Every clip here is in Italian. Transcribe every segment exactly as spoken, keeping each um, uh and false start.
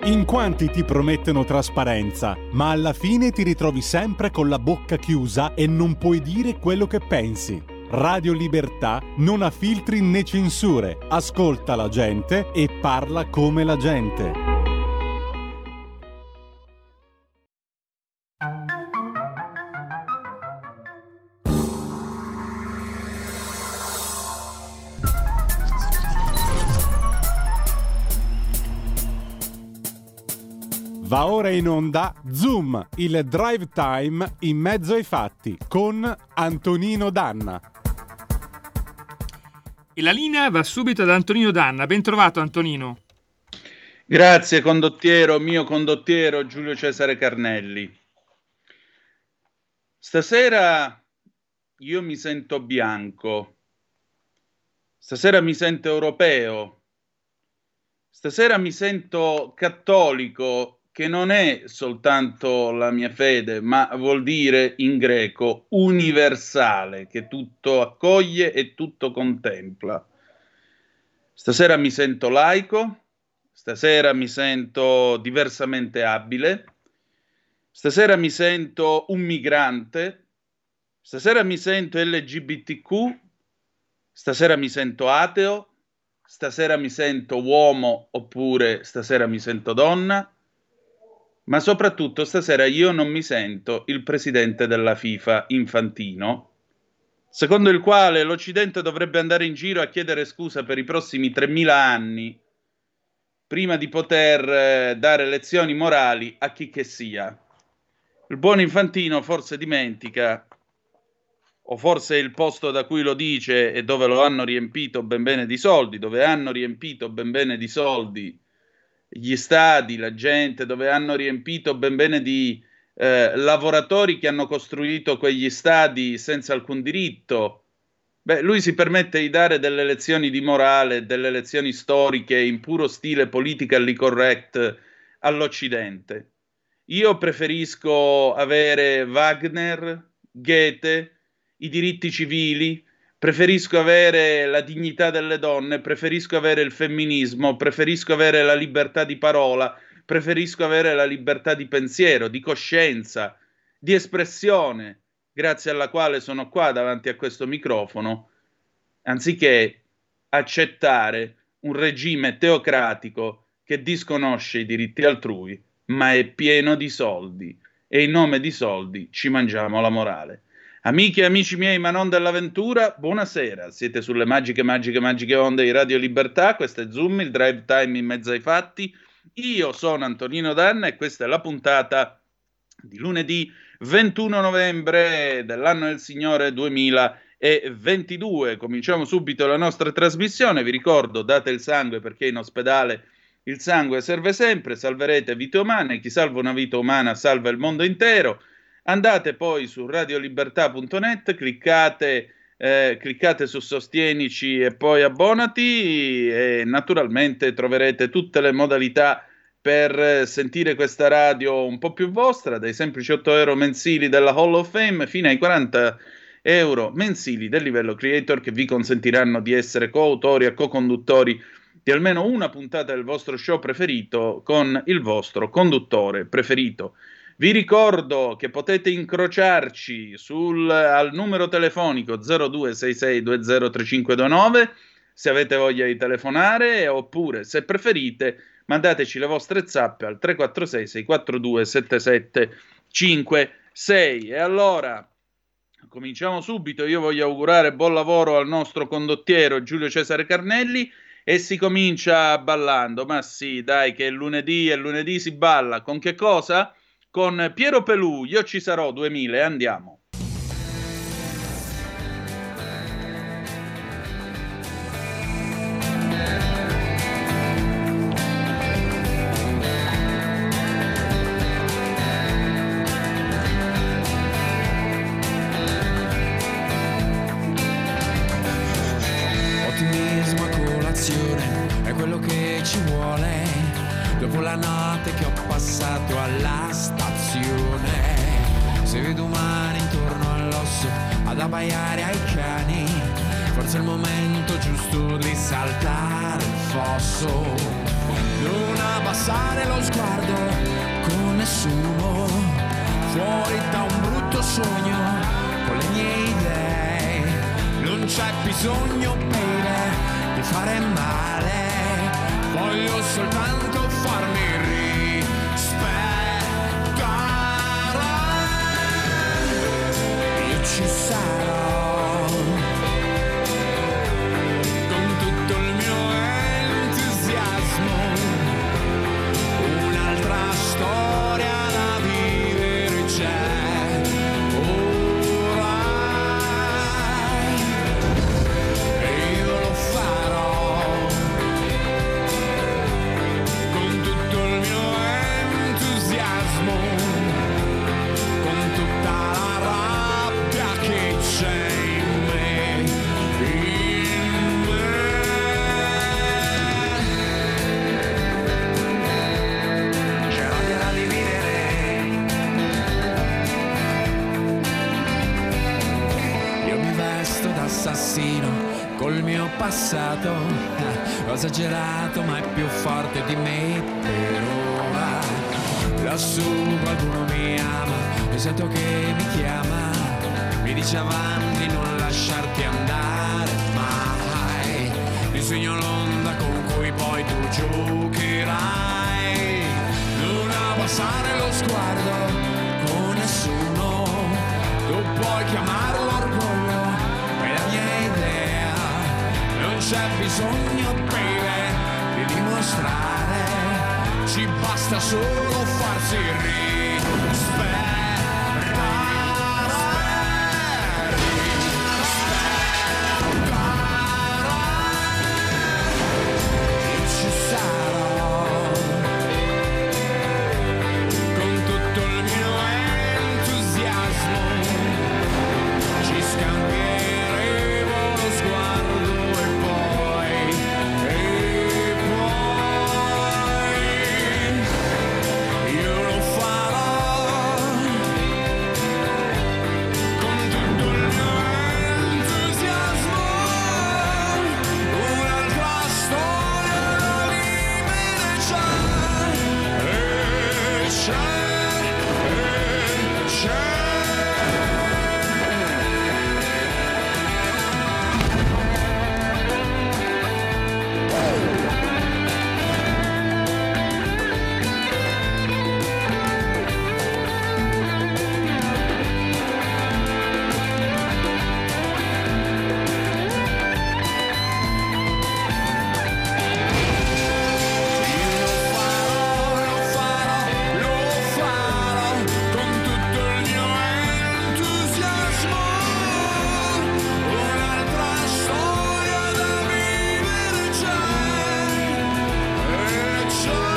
In quanti ti promettono trasparenza, ma alla fine ti ritrovi sempre con la bocca chiusa e non puoi dire quello che pensi. Radio Libertà non ha filtri né censure, ascolta la gente e parla come la gente. Va ora in onda Zoom, il drive time in mezzo ai fatti, con Antonino Danna. E la linea va subito ad Antonino Danna. Ben trovato, Antonino. Grazie, condottiero, mio condottiero Giulio Cesare Carnelli. Stasera io mi sento bianco, stasera mi sento europeo, stasera mi sento cattolico, che non è soltanto la mia fede, ma vuol dire in greco universale, che tutto accoglie e tutto contempla. Stasera mi sento laico, stasera mi sento diversamente abile, stasera mi sento un migrante, stasera mi sento L G B T Q, stasera mi sento ateo, stasera mi sento uomo oppure stasera mi sento donna. Ma soprattutto stasera io non mi sento il presidente della FIFA, Infantino, secondo il quale l'Occidente dovrebbe andare in giro a chiedere scusa per i prossimi tremila anni prima di poter eh, dare lezioni morali a chi che sia. Il buon Infantino forse dimentica, o forse il posto da cui lo dice e dove lo hanno riempito ben bene di soldi, dove hanno riempito ben bene di soldi gli stadi, la gente, dove hanno riempito ben bene di eh, lavoratori che hanno costruito quegli stadi senza alcun diritto. Beh, lui si permette di dare delle lezioni di morale, delle lezioni storiche in puro stile politically correct all'Occidente. Io preferisco avere Wagner, Goethe, i diritti civili, preferisco avere la dignità delle donne, preferisco avere il femminismo, preferisco avere la libertà di parola, preferisco avere la libertà di pensiero, di coscienza, di espressione, grazie alla quale sono qua davanti a questo microfono, anziché accettare un regime teocratico che disconosce i diritti altrui, ma è pieno di soldi e in nome di soldi ci mangiamo la morale. Amiche e amici miei, ma non dell'avventura, buonasera. Siete sulle magiche, magiche, magiche onde di Radio Libertà. Questo è Zoom, il drive time in mezzo ai fatti. Io sono Antonino Danna e questa è la puntata di lunedì ventuno novembre dell'anno del Signore duemilaventidue. Cominciamo subito la nostra trasmissione. Vi ricordo, date il sangue perché in ospedale il sangue serve sempre. Salverete vite umane. Chi salva una vita umana salva il mondo intero. Andate poi su radiolibertà punto net, cliccate, eh, cliccate su Sostienici e poi abbonati e naturalmente troverete tutte le modalità per sentire questa radio un po' più vostra, dai semplici otto euro mensili della Hall of Fame fino ai quaranta euro mensili del livello creator, che vi consentiranno di essere coautori e co-conduttori di almeno una puntata del vostro show preferito con il vostro conduttore preferito. Vi ricordo che potete incrociarci sul, al numero telefonico zero due sei sei due zero tre cinque due nove se avete voglia di telefonare, oppure se preferite mandateci le vostre zappe al tre quattro sei sei quattro due sette sette cinque sei. E allora cominciamo subito. Io voglio augurare buon lavoro al nostro condottiero Giulio Cesare Carnelli e si comincia ballando. Ma sì, dai, che è lunedì e lunedì si balla. Con che cosa? Con Piero Pelù, Io ci sarò duemila, e andiamo. Ottimismo a colazione è quello che ci vuole dopo la notte che ho passato alla stazione. Se vedo umani intorno all'osso ad abbaiare ai cani, forse è il momento giusto di saltare il fosso. Non abbassare lo sguardo con nessuno, fuori da un brutto sogno, con le mie idee. Non c'è bisogno, baby, di fare male, voglio soltanto farmi rispettare. Io ci sarò con tutto il mio entusiasmo, un'altra storia da vivere c'è orai, e io lo farò con tutto il mio entusiasmo, con tutta la rabbia che c'è in me, in me. C'è voglia di vivere, io mi vesto da assassino col mio passato, eh, ho esagerato ma è più forte di me per ora. Lassù qualcuno mi ama, io sento che mi chiama, mi dice avanti, non lasciarti andare mai, disegno l'onda con cui poi tu giocherai, non abbassare lo sguardo con nessuno, tu puoi chiamarlo orgoglio, è la mia idea, non c'è bisogno, baby, di dimostrare, ci basta solo farsi rispettare. Io ci sarò con tutto il mio entusiasmo, ci scambieremo lo sguardo e poi, e poi io lo farò con tutto il mio entusiasmo, un'altra storia da vivere c'è, e c'è, e c'è. Lo farò, lo farò con tutto il mio entusiasmo, un'altra storia da vivere c'è, e c'è.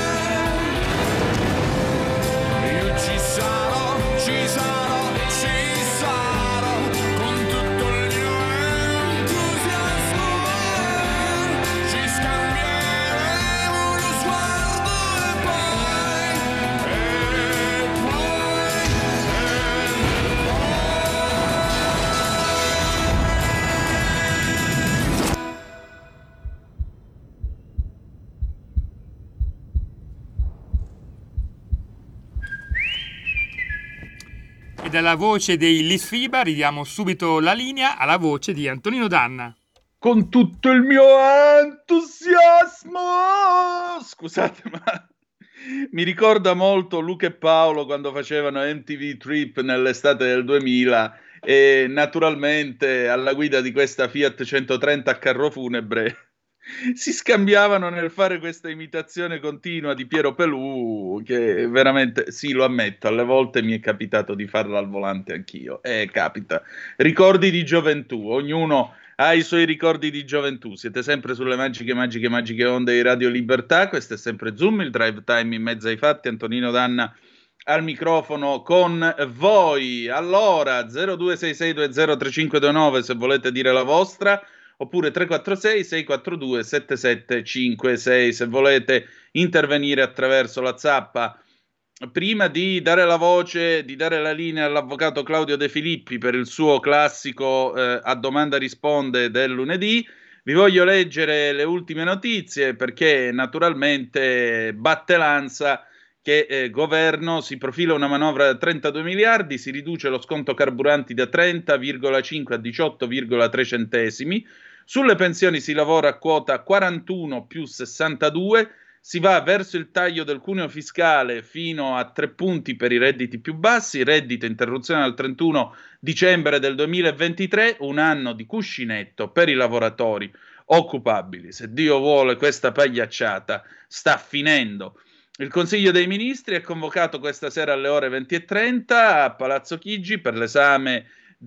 Io ci sarò, ci sarò, ci sarò con tutto il mio entusiasmo, ci scambieremo lo sguardo e poi, e poi, E dalla voce dei Litfiba ridiamo subito la linea alla voce di Antonino Danna. Con tutto il mio entusiasmo. Scusate, ma mi ricorda molto Luca e Paolo quando facevano M T V Trip nell'estate del duemila e naturalmente alla guida di questa Fiat centotrenta a carro funebre si scambiavano nel fare questa imitazione continua di Piero Pelù, che veramente, sì, lo ammetto, alle volte mi è capitato di farla al volante anch'io, e capita. Ricordi di gioventù, ognuno ha i suoi ricordi di gioventù. Siete sempre sulle magiche, magiche, magiche onde di Radio Libertà. Questo è sempre Zoom, il drive time in mezzo ai fatti. Antonino Danna al microfono con voi. Allora, zero due sei sei due zero tre cinque due nove se volete dire la vostra, oppure tre quattro sei sei quattro due sette sette cinque sei se volete intervenire attraverso la zappa. Prima di dare la voce, di dare la linea all'avvocato Claudio De Filippi per il suo classico eh, a domanda risponde del lunedì, Vi voglio leggere le ultime notizie perché naturalmente batte l'ansia che eh, governo, si profila una manovra da trentadue miliardi, si riduce lo sconto carburanti da trenta virgola cinque a diciotto virgola tre centesimi, sulle pensioni si lavora a quota quarantuno più sessantadue, si va verso il taglio del cuneo fiscale fino a tre punti per i redditi più bassi, reddito interruzione al trentuno dicembre del duemilaventitré, un anno di cuscinetto per i lavoratori occupabili. Se Dio vuole, questa pagliacciata sta finendo. Il Consiglio dei Ministri è convocato questa sera alle ore venti e trenta a Palazzo Chigi per l'esame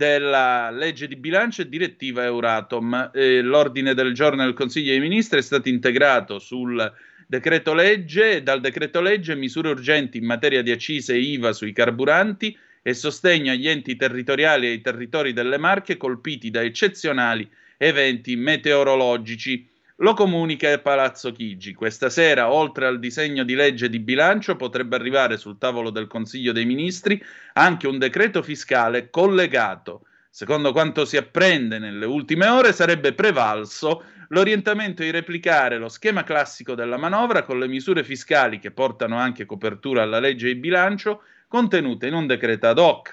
della legge di bilancio e direttiva Euratom. Eh, l'ordine del giorno del Consiglio dei Ministri è stato integrato sul decreto legge, dal decreto legge misure urgenti in materia di accise e I V A sui carburanti e sostegno agli enti territoriali e ai territori delle Marche colpiti da eccezionali eventi meteorologici. Lo comunica Palazzo Chigi. Questa sera, oltre al disegno di legge di bilancio, potrebbe arrivare sul tavolo del Consiglio dei Ministri anche un decreto fiscale collegato. Secondo quanto si apprende nelle ultime ore, sarebbe prevalso l'orientamento di replicare lo schema classico della manovra con le misure fiscali che portano anche copertura alla legge di bilancio contenute in un decreto ad hoc.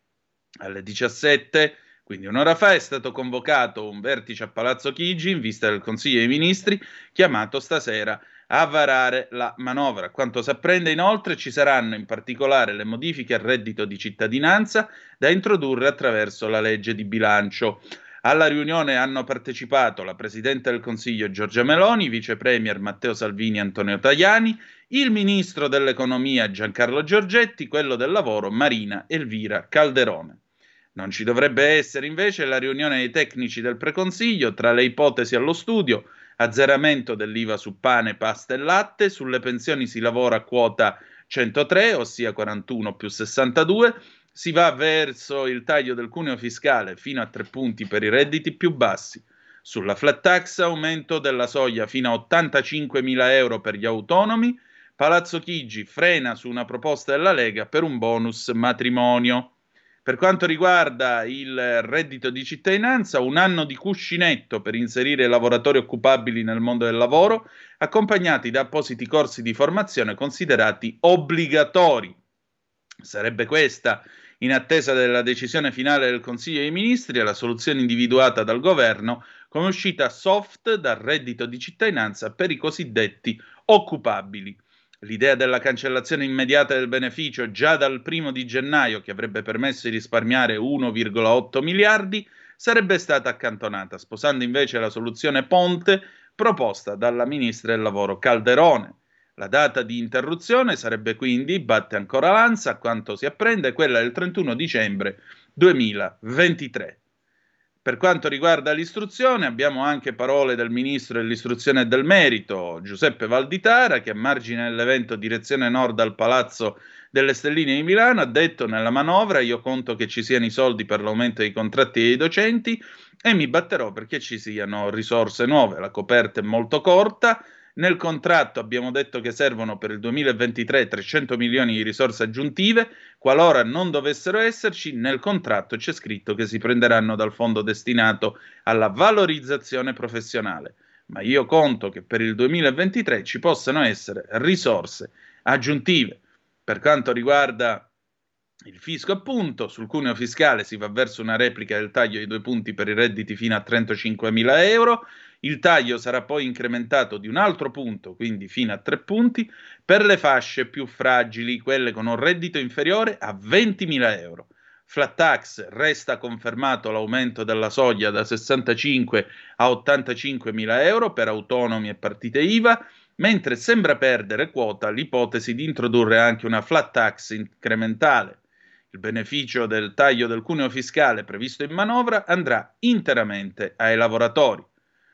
Alle diciassette, quindi un'ora fa, è stato convocato un vertice a Palazzo Chigi in vista del Consiglio dei Ministri chiamato stasera a varare la manovra. Quanto si apprende inoltre, ci saranno in particolare le modifiche al reddito di cittadinanza da introdurre attraverso la legge di bilancio. Alla riunione hanno partecipato la Presidente del Consiglio Giorgia Meloni, Vice Premier Matteo Salvini e Antonio Tajani, il Ministro dell'Economia Giancarlo Giorgetti, quello del Lavoro Marina Elvira Calderone. Non ci dovrebbe essere invece la riunione dei tecnici del preconsiglio. Tra le ipotesi allo studio: azzeramento dell'I V A su pane, pasta e latte, sulle pensioni si lavora a quota centotré, ossia quarantuno più sessantadue, si va verso il taglio del cuneo fiscale fino a tre punti per i redditi più bassi, sulla flat tax aumento della soglia fino a ottantacinquemila euro per gli autonomi. Palazzo Chigi frena su una proposta della Lega per un bonus matrimonio. Per quanto riguarda il reddito di cittadinanza, un anno di cuscinetto per inserire i lavoratori occupabili nel mondo del lavoro, accompagnati da appositi corsi di formazione considerati obbligatori. Sarebbe questa, in attesa della decisione finale del Consiglio dei Ministri, la soluzione individuata dal governo come uscita soft dal reddito di cittadinanza per i cosiddetti occupabili. L'idea della cancellazione immediata del beneficio già dal primo di gennaio, che avrebbe permesso di risparmiare uno virgola otto miliardi, sarebbe stata accantonata, sposando invece la soluzione ponte proposta dalla Ministra del Lavoro Calderone. La data di interruzione sarebbe quindi, batte ancora l'ansia, a quanto si apprende, quella del trentuno dicembre duemilaventitré. Per quanto riguarda l'istruzione, abbiamo anche parole del Ministro dell'Istruzione e del Merito, Giuseppe Valditara, che a margine dell'evento Direzione Nord al Palazzo delle Stelline di Milano ha detto: nella manovra io conto che ci siano i soldi per l'aumento dei contratti dei docenti e mi batterò perché ci siano risorse nuove. La coperta è molto corta. Nel contratto abbiamo detto che servono per il duemilaventitré trecento milioni di risorse aggiuntive. Qualora non dovessero esserci, nel contratto c'è scritto che si prenderanno dal fondo destinato alla valorizzazione professionale. Ma io conto che per il duemilaventitré ci possano essere risorse aggiuntive. Per quanto riguarda il fisco, appunto, sul cuneo fiscale si va verso una replica del taglio di due punti per i redditi fino a trentacinquemila euro. Il taglio sarà poi incrementato di un altro punto, quindi fino a tre punti, per le fasce più fragili, quelle con un reddito inferiore a ventimila euro. Flat tax, resta confermato l'aumento della soglia da sessantacinque a ottantacinquemila euro per autonomi e partite I V A, mentre sembra perdere quota l'ipotesi di introdurre anche una flat tax incrementale. Il beneficio del taglio del cuneo fiscale previsto in manovra andrà interamente ai lavoratori.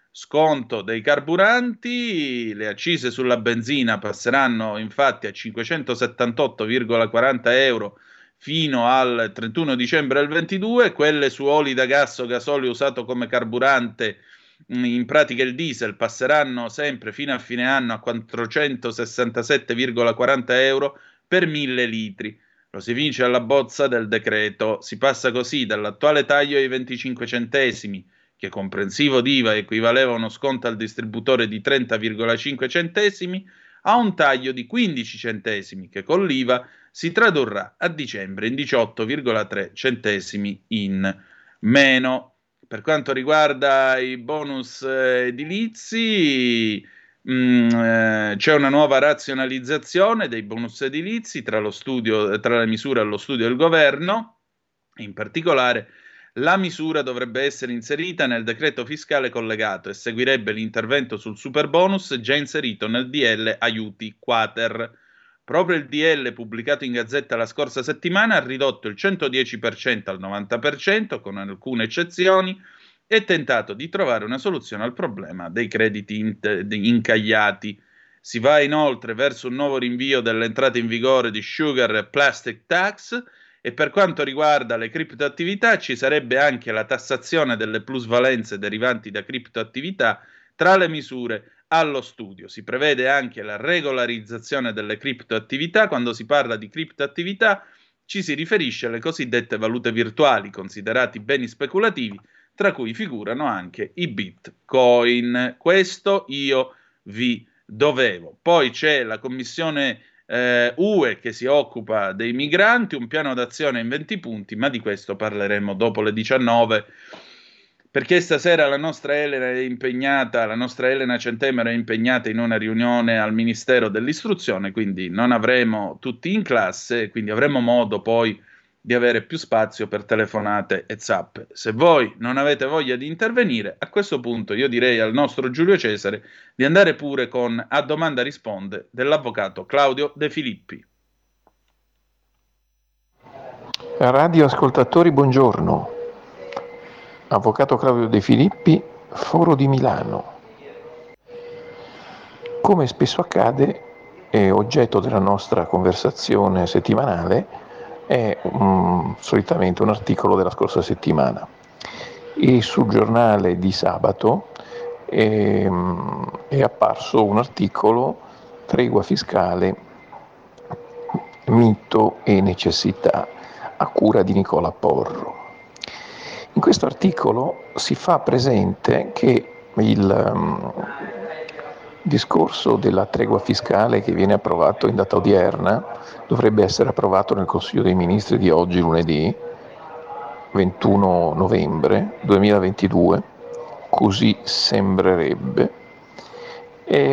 Sconto dei carburanti: le accise sulla benzina passeranno infatti a cinquecentosettantotto virgola quaranta euro fino al trentuno dicembre del ventidue, quelle su oli da gas o gasolio usato come carburante, in pratica il diesel, passeranno sempre fino a fine anno a quattrocentosessantasette virgola quaranta euro per mille litri. Lo si vince alla bozza del decreto. Si passa così dall'attuale taglio ai venticinque centesimi, che comprensivo di I V A equivaleva a uno sconto al distributore di trenta virgola cinque centesimi, a un taglio di quindici centesimi che con l'I V A si tradurrà a dicembre in diciotto virgola tre centesimi in meno. Per quanto riguarda i bonus eh, edilizi, mh, eh, c'è una nuova razionalizzazione dei bonus edilizi tra, lo studio, tra le misure allo studio del governo. In particolare, la misura dovrebbe essere inserita nel decreto fiscale collegato e seguirebbe l'intervento sul superbonus già inserito nel D L Aiuti Quater. Proprio il D L pubblicato in Gazzetta la scorsa settimana ha ridotto il centodieci per cento al novanta per cento, con alcune eccezioni, e tentato di trovare una soluzione al problema dei crediti in- incagliati. Si va inoltre verso un nuovo rinvio dell'entrata in vigore di Sugar e Plastic Tax, e per quanto riguarda le criptoattività ci sarebbe anche la tassazione delle plusvalenze derivanti da criptoattività tra le misure allo studio. Si prevede anche la regolarizzazione delle criptoattività. Quando si parla di criptoattività ci si riferisce alle cosiddette valute virtuali, considerati beni speculativi, tra cui figurano anche i bitcoin. Questo io vi dovevo. Poi c'è la Commissione Eh, U E che si occupa dei migranti, un piano d'azione in venti punti, ma di questo parleremo dopo le diciannove, perché stasera la nostra Elena è impegnata, la nostra Elena Centemero è impegnata in una riunione al Ministero dell'Istruzione, quindi non avremo tutti in classe, quindi avremo modo poi di avere più spazio per telefonate e zappe. Se voi non avete voglia di intervenire, a questo punto io direi al nostro Giulio Cesare di andare pure con A Domanda Risponde dell'avvocato Claudio De Filippi. Radioascoltatori, buongiorno. Avvocato Claudio De Filippi, Foro di Milano. Come spesso accade, è oggetto della nostra conversazione settimanale è um, solitamente un articolo della scorsa settimana, e sul giornale di sabato è, um, è apparso un articolo: tregua fiscale, mito e necessità, a cura di Nicola Porro. In questo articolo si fa presente che il um, discorso della tregua fiscale, che viene approvato in data odierna, dovrebbe essere approvato nel Consiglio dei Ministri di oggi, lunedì ventuno novembre duemilaventidue, così sembrerebbe, e,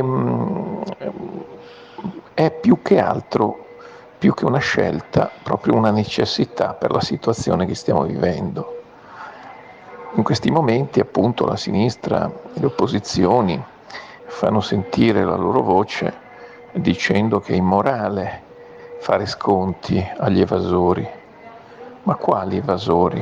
è più che altro, più che una scelta, proprio una necessità per la situazione che stiamo vivendo. In questi momenti, appunto, la sinistra e le opposizioni fanno sentire la loro voce dicendo che è immorale fare sconti agli evasori. Ma quali evasori?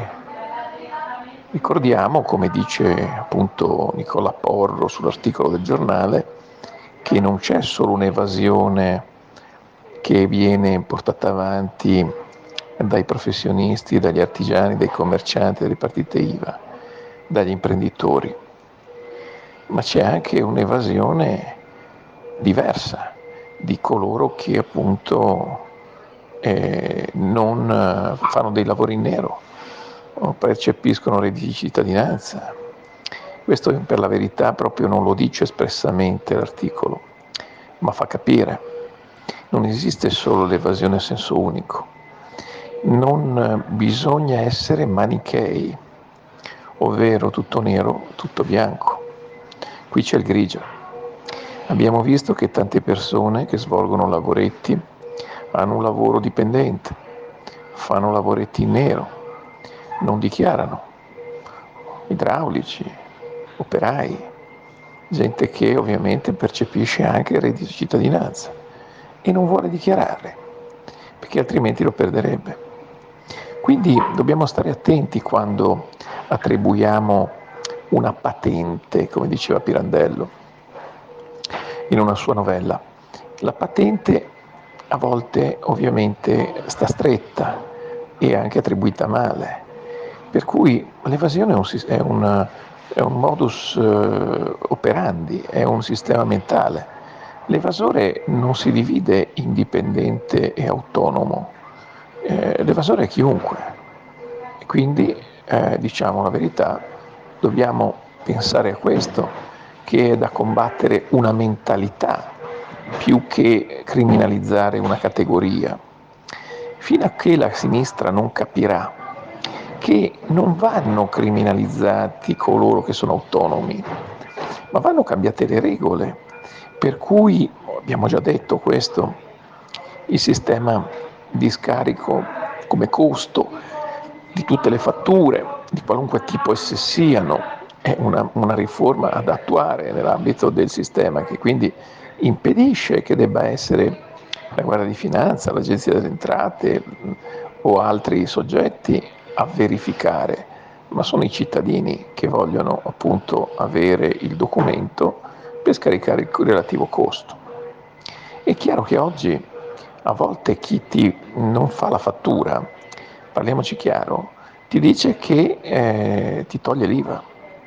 Ricordiamo, come dice appunto Nicola Porro sull'articolo del giornale, che non c'è solo un'evasione che viene portata avanti dai professionisti, dagli artigiani, dai commercianti, dalle partite I V A, dagli imprenditori, ma c'è anche un'evasione diversa di coloro che appunto eh, non fanno dei lavori in nero o percepiscono redditi di cittadinanza. Questo per la verità proprio non lo dice espressamente l'articolo, ma fa capire. Non esiste solo l'evasione a senso unico, non bisogna essere manichei, ovvero tutto nero, tutto bianco. Qui c'è il grigio. Abbiamo visto che tante persone che svolgono lavoretti hanno un lavoro dipendente, fanno lavoretti in nero, non dichiarano, idraulici, operai, gente che ovviamente percepisce anche il reddito di cittadinanza e non vuole dichiarare, perché altrimenti lo perderebbe. Quindi dobbiamo stare attenti quando attribuiamo una patente, come diceva Pirandello in una sua novella. La patente a volte ovviamente sta stretta e anche attribuita male, per cui l'evasione è un, è un, è un modus eh, operandi, è un sistema mentale. L'evasore non si divide in dipendente e autonomo, eh, l'evasore è chiunque, e quindi eh, diciamo la verità, dobbiamo pensare a questo, che è da combattere una mentalità più che criminalizzare una categoria. Fino a che la sinistra non capirà che non vanno criminalizzati coloro che sono autonomi, ma vanno cambiate le regole, per cui, abbiamo già detto questo, il sistema di scarico come costo di tutte le fatture, di qualunque tipo esse siano, è una, una riforma da attuare nell'ambito del sistema, che quindi impedisce che debba essere la Guardia di Finanza, l'Agenzia delle Entrate o altri soggetti a verificare, ma sono i cittadini che vogliono appunto avere il documento per scaricare il relativo costo. È chiaro che oggi a volte chi ti non fa la fattura, parliamoci chiaro, ti dice che eh, ti toglie l'I V A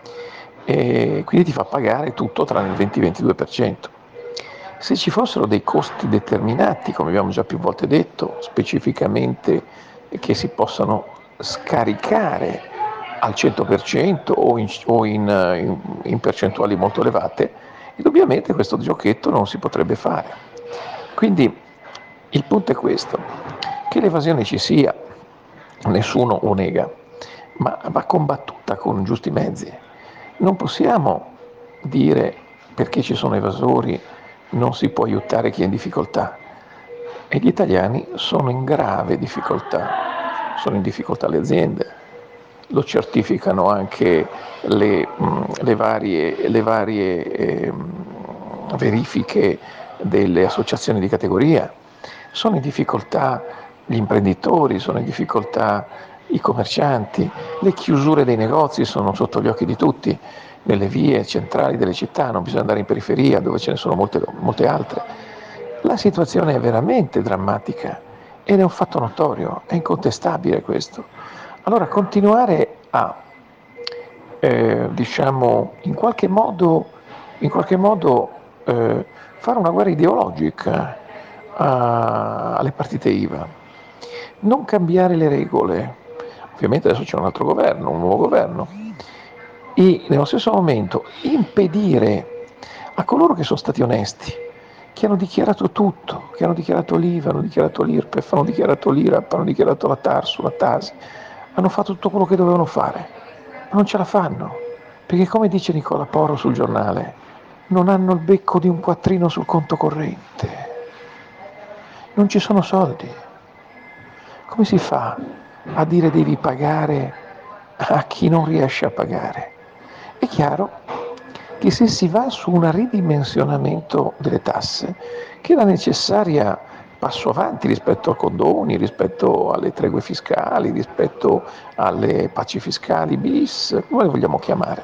e quindi ti fa pagare tutto tra il venti e il ventidue per cento. Se ci fossero dei costi determinati, come abbiamo già più volte detto, specificamente che si possano scaricare al cento per cento o in, o in, in, in percentuali molto elevate, indubbiamente questo giochetto non si potrebbe fare. Quindi il punto è questo, che l'evasione ci sia, nessuno lo nega, ma va combattuta con giusti mezzi. Non possiamo dire perché ci sono evasori non si può aiutare chi è in difficoltà, e gli italiani sono in grave difficoltà. Sono in difficoltà le aziende, lo certificano anche le, le varie, le varie eh, verifiche delle associazioni di categoria, sono in difficoltà gli imprenditori, sono in difficoltà i commercianti, le chiusure dei negozi sono sotto gli occhi di tutti, nelle vie centrali delle città, non bisogna andare in periferia dove ce ne sono molte, molte altre. La situazione è veramente drammatica. Ed è un fatto notorio, è incontestabile questo. Allora continuare a, eh, diciamo, in qualche modo, in qualche modo eh, fare una guerra ideologica a, alle partite I V A, non cambiare le regole, ovviamente adesso c'è un altro governo, un nuovo governo, e nello stesso momento impedire a coloro che sono stati onesti, che hanno dichiarato tutto, che hanno dichiarato l'I V A, hanno dichiarato l'I R P E F, hanno dichiarato l'I R A P, hanno dichiarato la TARSU, la TASI, hanno fatto tutto quello che dovevano fare, ma non ce la fanno, perché come dice Nicola Porro sul giornale, non hanno il becco di un quattrino sul conto corrente, non ci sono soldi. Come si fa a dire devi pagare a chi non riesce a pagare? È chiaro che se si va su un ridimensionamento delle tasse, che è la necessaria passo avanti rispetto a condoni, rispetto alle tregue fiscali, rispetto alle paci fiscali bis, come le vogliamo chiamare,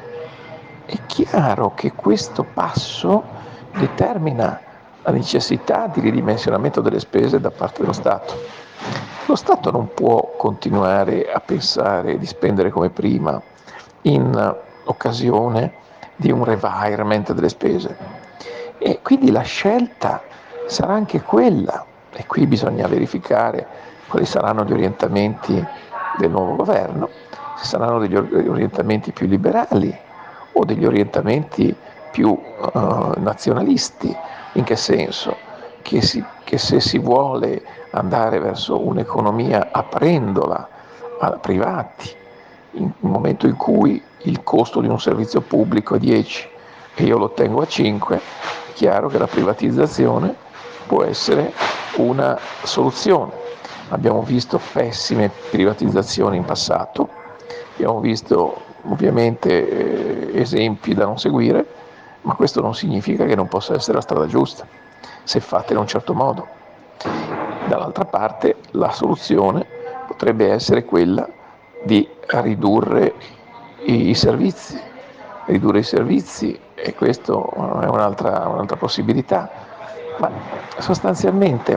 è chiaro che questo passo determina la necessità di ridimensionamento delle spese da parte dello Stato. Lo Stato non può continuare a pensare di spendere come prima in occasione di un revirement delle spese, e quindi la scelta sarà anche quella, e qui bisogna verificare quali saranno gli orientamenti del nuovo governo, se saranno degli orientamenti più liberali o degli orientamenti più uh, nazionalisti. In che senso? Che, si, che se si vuole andare verso un'economia aprendola a privati, in un momento in cui il costo di un servizio pubblico è dieci e io lo ottengo a cinque, è chiaro che la privatizzazione può essere una soluzione. Abbiamo visto pessime privatizzazioni in passato, abbiamo visto ovviamente eh, esempi da non seguire, ma questo non significa che non possa essere la strada giusta, se fatta in un certo modo. Dall'altra parte la soluzione potrebbe essere quella di ridurre i, i servizi, ridurre i servizi, e questo è un'altra, un'altra possibilità, ma sostanzialmente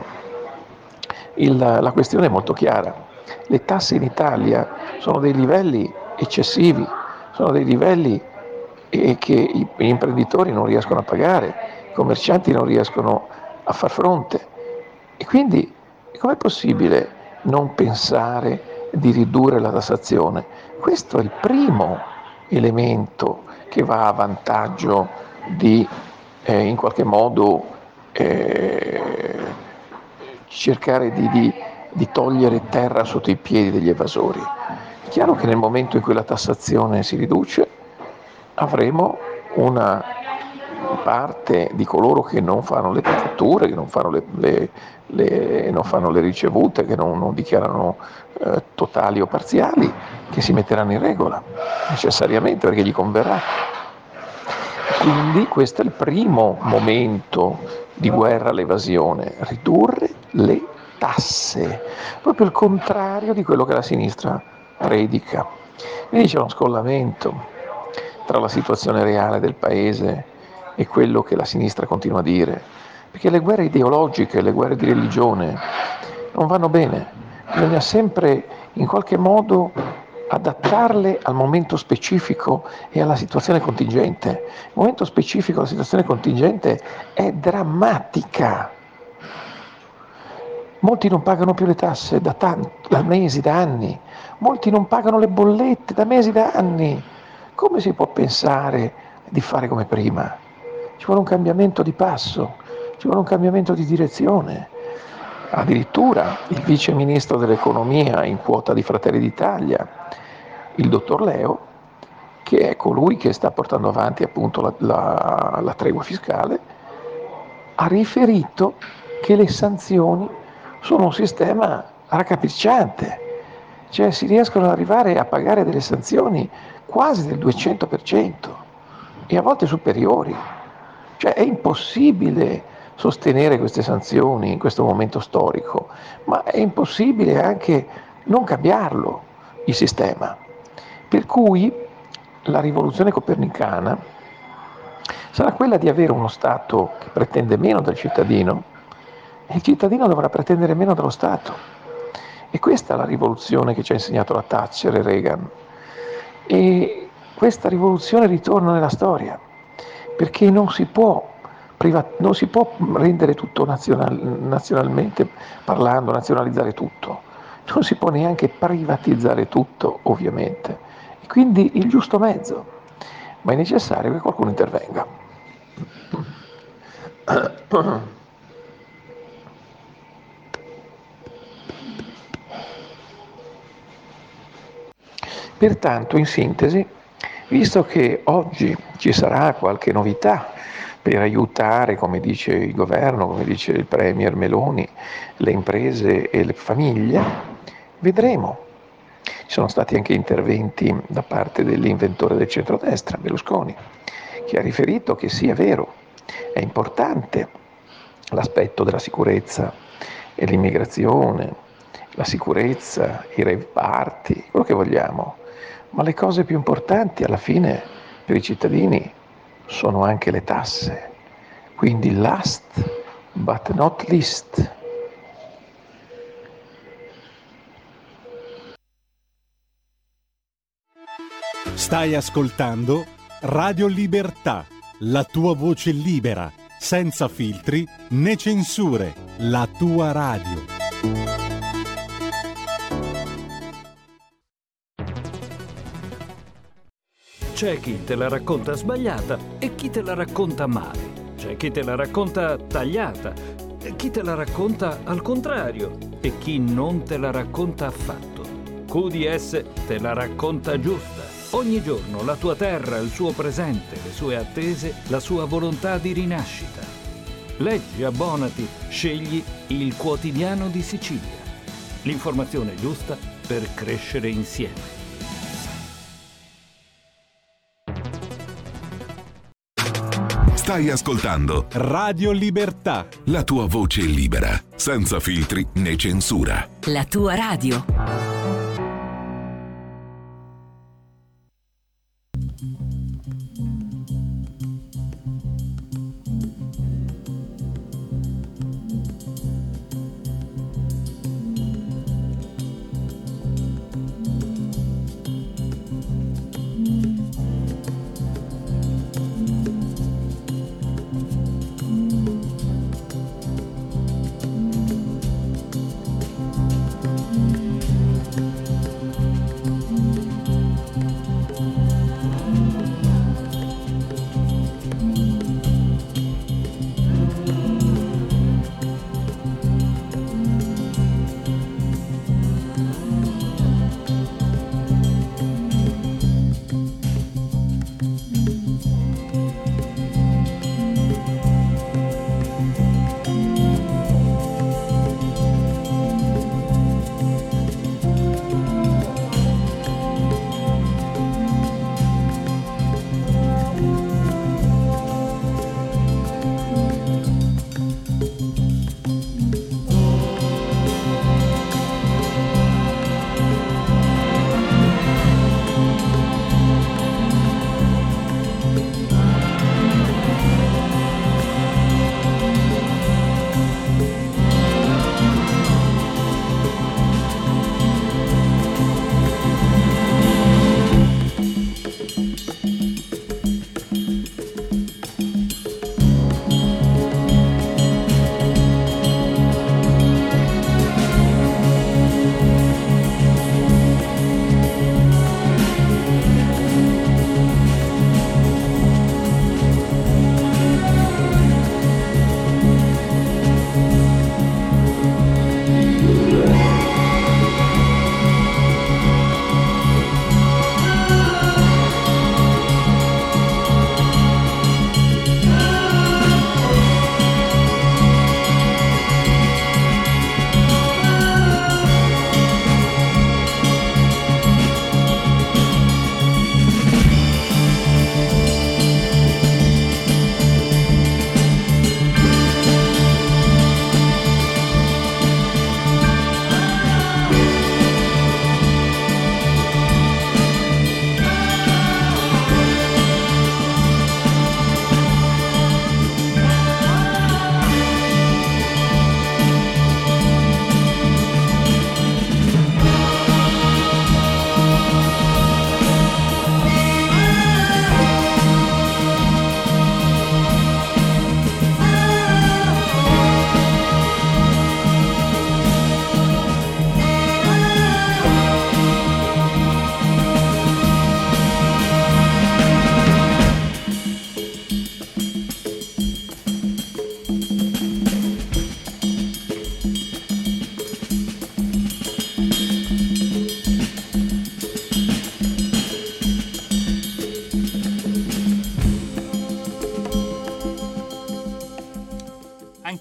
il, la questione è molto chiara. Le tasse in Italia sono dei livelli eccessivi, sono dei livelli che i, gli imprenditori non riescono a pagare, i commercianti non riescono a far fronte, e quindi com'è possibile non pensare di ridurre la tassazione? Questo è il primo elemento che va a vantaggio di eh, in qualche modo eh, cercare di, di, di togliere terra sotto i piedi degli evasori. È chiaro che nel momento in cui la tassazione si riduce avremo una parte di coloro che non fanno le fatture, che non fanno le, le, le, non fanno le ricevute, che non, non dichiarano eh, totali o parziali, che si metteranno in regola necessariamente perché gli converrà. Quindi questo è il primo momento di guerra all'evasione, ridurre le tasse, proprio il contrario di quello che la sinistra predica. Quindi c'è uno scollamento tra la situazione reale del paese e quello che la sinistra continua a dire, perché le guerre ideologiche, le guerre di religione non vanno bene, bisogna sempre in qualche modo adattarle al momento specifico e alla situazione contingente. Il momento specifico, la situazione contingente è drammatica. Molti non pagano più le tasse da, tanti, da mesi, da anni, molti non pagano le bollette da mesi, da anni. Come si può pensare di fare come prima? Ci vuole un cambiamento di passo, ci vuole un cambiamento di direzione. Addirittura il vice ministro dell'economia in quota di Fratelli d'Italia, il dottor Leo, che è colui che sta portando avanti appunto la, la, la tregua fiscale, ha riferito che le sanzioni sono un sistema raccapricciante, cioè si riescono ad arrivare a pagare delle sanzioni quasi del duecento per cento e a volte superiori. Cioè è impossibile sostenere queste sanzioni in questo momento storico, ma è impossibile anche non cambiarlo, il sistema. Per cui la rivoluzione copernicana sarà quella di avere uno Stato che pretende meno dal cittadino e il cittadino dovrà pretendere meno dallo Stato. E questa è la rivoluzione che ci ha insegnato la Thatcher e Reagan. E questa rivoluzione ritorna nella storia, perché non si può, privat- non si può rendere tutto nazional- nazionalmente parlando, nazionalizzare tutto, non si può neanche privatizzare tutto, ovviamente. E quindi il giusto mezzo, ma è necessario che qualcuno intervenga. Pertanto, in sintesi, visto che oggi ci sarà qualche novità per aiutare, come dice il governo, come dice il premier Meloni, le imprese e le famiglie, vedremo. Ci sono stati anche interventi da parte dell'inventore del centrodestra, Berlusconi, che ha riferito che sì, è vero, è importante l'aspetto della sicurezza e l'immigrazione, la sicurezza, i rave party, quello che vogliamo. Ma le cose più importanti alla fine per i cittadini sono anche le tasse. Quindi last but not least. Stai ascoltando Radio Libertà, la tua voce libera, senza filtri né censure, la tua radio. C'è chi te la racconta sbagliata e chi te la racconta male. C'è chi te la racconta tagliata e chi te la racconta al contrario e chi non te la racconta affatto. Q D S te la racconta giusta. Ogni giorno la tua terra, il suo presente, le sue attese, la sua volontà di rinascita. Leggi, abbonati, scegli il Quotidiano di Sicilia. L'informazione giusta per crescere insieme. Stai ascoltando Radio Libertà, la tua voce libera, senza filtri né censura. La tua radio.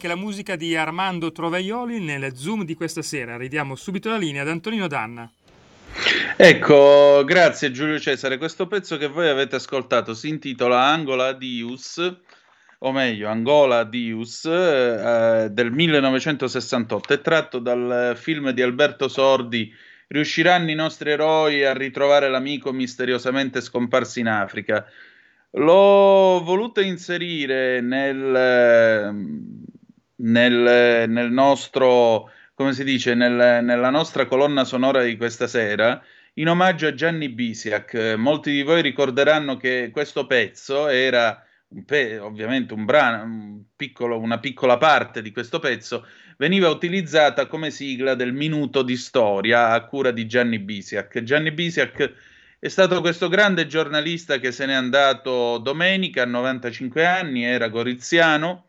anche la musica di Armando Trovaioli nel Zoom di questa sera. Ridiamo subito la linea ad Antonino Danna. Ecco, grazie Giulio Cesare. Questo pezzo che voi avete ascoltato si intitola Angola Dius, o meglio Angola Dius, eh, del millenovecentosessantotto. È tratto dal film di Alberto Sordi, Riusciranno i nostri eroi a ritrovare l'amico misteriosamente scomparso in Africa. L'ho voluto inserire nel, nel, nel nostro, come si dice, nel, nella nostra colonna sonora di questa sera, in omaggio a Gianni Bisiak. Molti di voi ricorderanno che questo pezzo era, un pe- ovviamente un brano, un piccolo, una piccola parte di questo pezzo, veniva utilizzata come sigla del Minuto di Storia a cura di Gianni Bisiak. Gianni Bisiak è stato questo grande giornalista che se n'è andato domenica a novantacinque anni, era goriziano,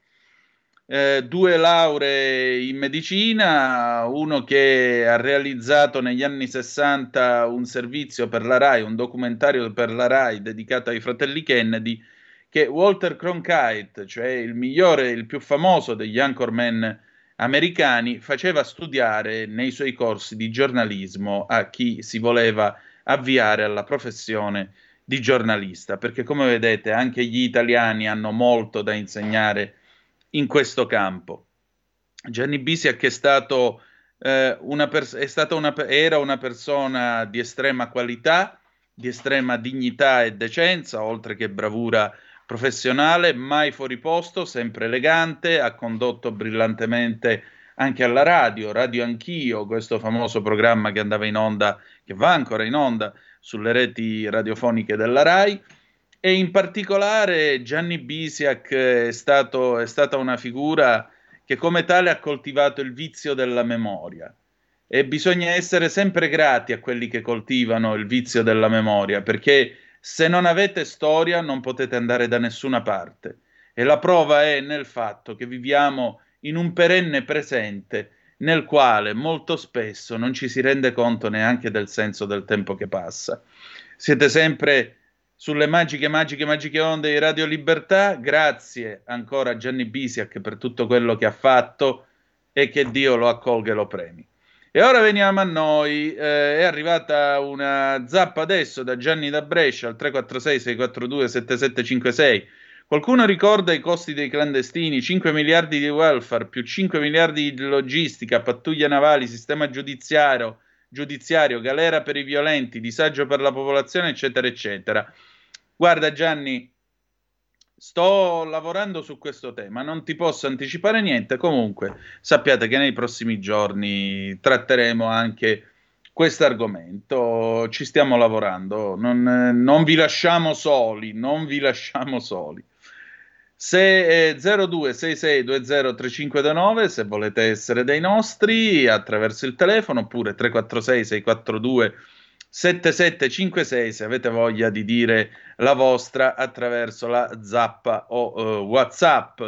eh, due lauree in medicina, uno che ha realizzato negli anni sessanta un servizio per la Rai, un documentario per la Rai dedicato ai fratelli Kennedy, che Walter Cronkite, cioè il migliore, il più famoso degli anchorman americani, faceva studiare nei suoi corsi di giornalismo a chi si voleva avviare alla professione di giornalista, perché come vedete anche gli italiani hanno molto da insegnare in questo campo. Gianni Bisiak è stato, eh, una pers- è stata una, era una persona di estrema qualità, di estrema dignità e decenza, oltre che bravura professionale, mai fuori posto, sempre elegante, ha condotto brillantemente anche alla radio, Radio Anch'io, questo famoso programma che andava in onda, che va ancora in onda sulle reti radiofoniche della Rai, e in particolare Gianni Bisiak è stato, è stata una figura che come tale ha coltivato il vizio della memoria, e bisogna essere sempre grati a quelli che coltivano il vizio della memoria, perché se non avete storia non potete andare da nessuna parte, e la prova è nel fatto che viviamo in un perenne presente nel quale molto spesso non ci si rende conto neanche del senso del tempo che passa. Siete sempre sulle magiche, magiche, magiche onde di Radio Libertà. Grazie ancora a Gianni Bisiak per tutto quello che ha fatto, e che Dio lo accolga e lo premi. E ora veniamo a noi, eh, è arrivata una zappa adesso da Gianni da Brescia al tre quattro sei sei quattro due sette sette cinque sei. Qualcuno ricorda i costi dei clandestini? cinque miliardi di welfare, più cinque miliardi di logistica, pattuglie navali, sistema giudiziario, giudiziario, galera per i violenti, disagio per la popolazione, eccetera, eccetera. Guarda Gianni, sto lavorando su questo tema, non ti posso anticipare niente, comunque sappiate che nei prossimi giorni tratteremo anche questo argomento, ci stiamo lavorando, non, non vi lasciamo soli, non vi lasciamo soli. Se, eh, zero due sei sei due zero tre cinque due nove se volete essere dei nostri attraverso il telefono, oppure tre quattro sei sei quattro due sette sette cinque sei se avete voglia di dire la vostra attraverso la zappa o uh, WhatsApp.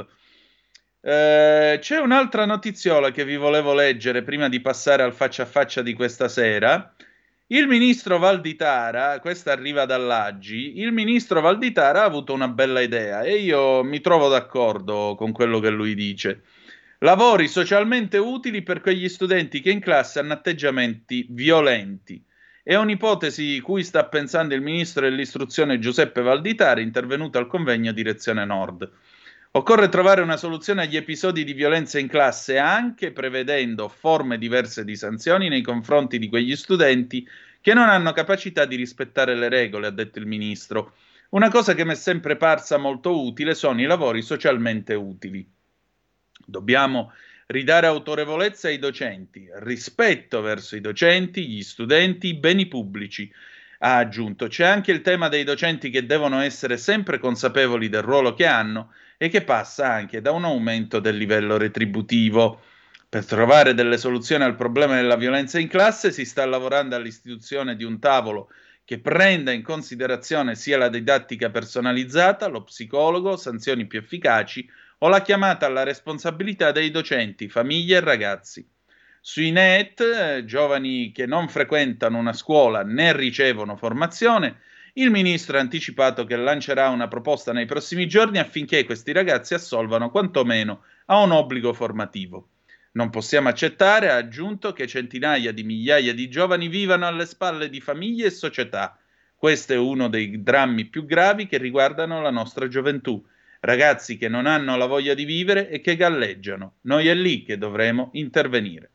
Eh, c'è un'altra notiziola che vi volevo leggere prima di passare al faccia a faccia di questa sera. Il ministro Valditara, questa arriva dall'Aggi, il ministro Valditara ha avuto una bella idea e io mi trovo d'accordo con quello che lui dice. Lavori socialmente utili per quegli studenti che in classe hanno atteggiamenti violenti. È un'ipotesi cui sta pensando il ministro dell'istruzione Giuseppe Valditara, intervenuto al convegno Direzione Nord. Occorre trovare una soluzione agli episodi di violenza in classe, anche prevedendo forme diverse di sanzioni nei confronti di quegli studenti che non hanno capacità di rispettare le regole, ha detto il ministro. Una cosa che mi è sempre parsa molto utile sono i lavori socialmente utili. Dobbiamo ridare autorevolezza ai docenti, rispetto verso i docenti, gli studenti, i beni pubblici, ha aggiunto. C'è anche il tema dei docenti che devono essere sempre consapevoli del ruolo che hanno e che passa anche da un aumento del livello retributivo. Per trovare delle soluzioni al problema della violenza in classe si sta lavorando all'istituzione di un tavolo che prenda in considerazione sia la didattica personalizzata, lo psicologo, sanzioni più efficaci o la chiamata alla responsabilità dei docenti, famiglie e ragazzi. Sui N E T, eh, giovani che non frequentano una scuola né ricevono formazione, il ministro ha anticipato che lancerà una proposta nei prossimi giorni affinché questi ragazzi assolvano quantomeno ha un obbligo formativo. Non possiamo accettare, ha aggiunto, che centinaia di migliaia di giovani vivano alle spalle di famiglie e società. Questo è uno dei drammi più gravi che riguardano la nostra gioventù. Ragazzi che non hanno la voglia di vivere e che galleggiano. Noi è lì che dovremo intervenire.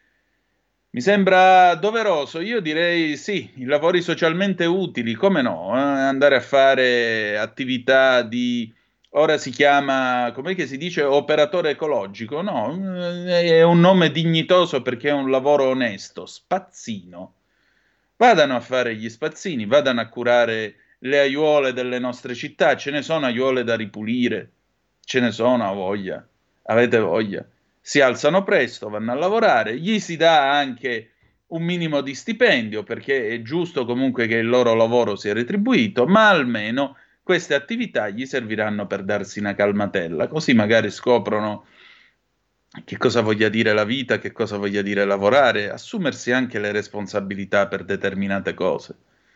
Mi sembra doveroso, io direi sì, i lavori socialmente utili, come no, eh? Andare a fare attività di, ora si chiama, com'è che si dice, operatore ecologico, no, è un nome dignitoso perché è un lavoro onesto, spazzino. Vadano a fare gli spazzini, vadano a curare le aiuole delle nostre città, ce ne sono aiuole da ripulire, ce ne sono a voglia, avete voglia. Si alzano presto, vanno a lavorare, gli si dà anche un minimo di stipendio perché è giusto comunque che il loro lavoro sia retribuito, ma almeno queste attività gli serviranno per darsi una calmatella, così magari scoprono che cosa voglia dire la vita, che cosa voglia dire lavorare, assumersi anche le responsabilità per determinate cose.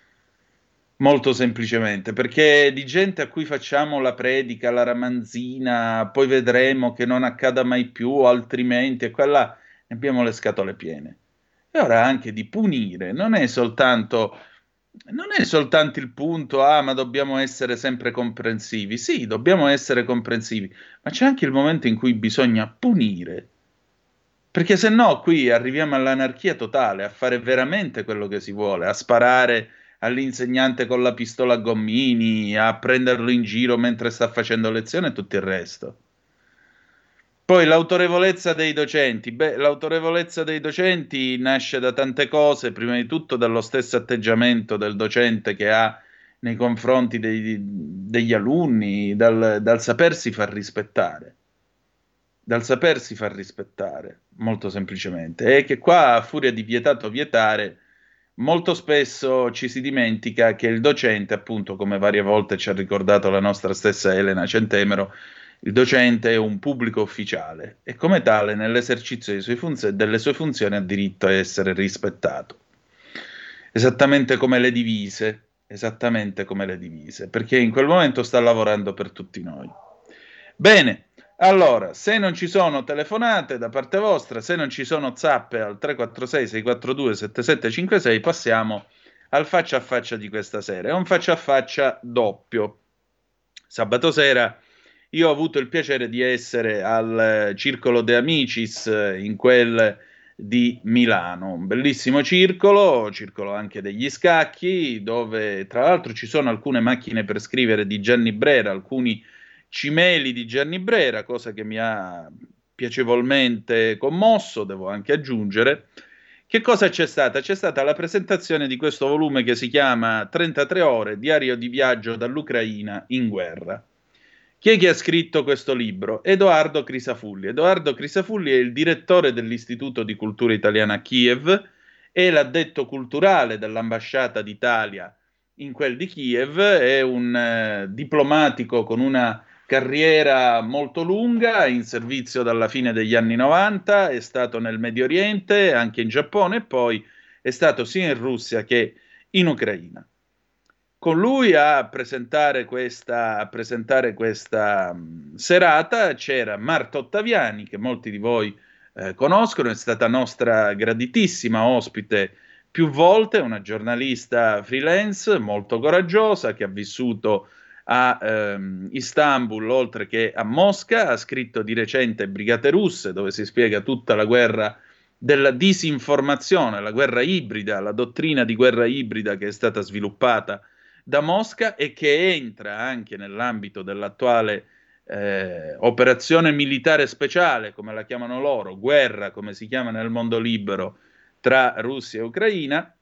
Molto semplicemente, perché di gente a cui facciamo la predica, la ramanzina, poi vedremo che non accada mai più, altrimenti, e quella ne abbiamo le scatole piene. E ora anche di punire, non è soltanto, non è soltanto il punto, ah, ma dobbiamo essere sempre comprensivi. Sì, dobbiamo essere comprensivi, ma c'è anche il momento in cui bisogna punire. Perché se no qui arriviamo all'anarchia totale, a fare veramente quello che si vuole, a sparare all'insegnante con la pistola a gommini, a prenderlo in giro mentre sta facendo lezione e tutto il resto. Poi l'autorevolezza dei docenti. Beh, l'autorevolezza dei docenti nasce da tante cose, prima di tutto dallo stesso atteggiamento del docente che ha nei confronti dei, degli alunni, dal, dal sapersi far rispettare. Dal sapersi far rispettare, molto semplicemente. E che qua, a furia di vietato vietare, molto spesso ci si dimentica che il docente, appunto, come varie volte ci ha ricordato la nostra stessa Elena Centemero, il docente è un pubblico ufficiale e come tale nell'esercizio delle sue, funz- delle sue funzioni ha diritto a essere rispettato. Esattamente come le divise, esattamente come le divise, perché in quel momento sta lavorando per tutti noi. Bene. Allora, se non ci sono telefonate da parte vostra, se non ci sono zappe al tre quattro sei sei quattro due sette sette cinque sei, passiamo al faccia a faccia di questa sera. È un faccia a faccia doppio. Sabato sera io ho avuto il piacere di essere al Circolo De Amicis, in quel di Milano, un bellissimo circolo, circolo anche degli scacchi, dove tra l'altro ci sono alcune macchine per scrivere di Gianni Brera, alcuni cimeli di Gianni Brera, cosa che mi ha piacevolmente commosso, devo anche aggiungere. Che cosa c'è stata? C'è stata la presentazione di questo volume che si chiama trentatré ore, diario di viaggio dall'Ucraina in guerra. Chi è che ha scritto questo libro? Edoardo Crisafulli. Edoardo Crisafulli è il direttore dell'Istituto di Cultura Italiana a Kiev, è l'addetto culturale dell'ambasciata d'Italia in quel di Kiev, è un eh, diplomatico con una carriera molto lunga, in servizio dalla fine degli anni novanta, è stato nel Medio Oriente, anche in Giappone, e poi è stato sia in Russia che in Ucraina. Con lui a presentare questa, a presentare questa mh, serata c'era Marta Ottaviani, che molti di voi eh, conoscono, è stata nostra graditissima ospite più volte, una giornalista freelance molto coraggiosa che ha vissuto a ehm, Istanbul oltre che a Mosca, ha scritto di recente Brigate Russe, dove si spiega tutta la guerra della disinformazione, la guerra ibrida, la dottrina di guerra ibrida che è stata sviluppata da Mosca e che entra anche nell'ambito dell'attuale eh, operazione militare speciale, come la chiamano loro, guerra come si chiama nel mondo libero tra Russia e Ucraina.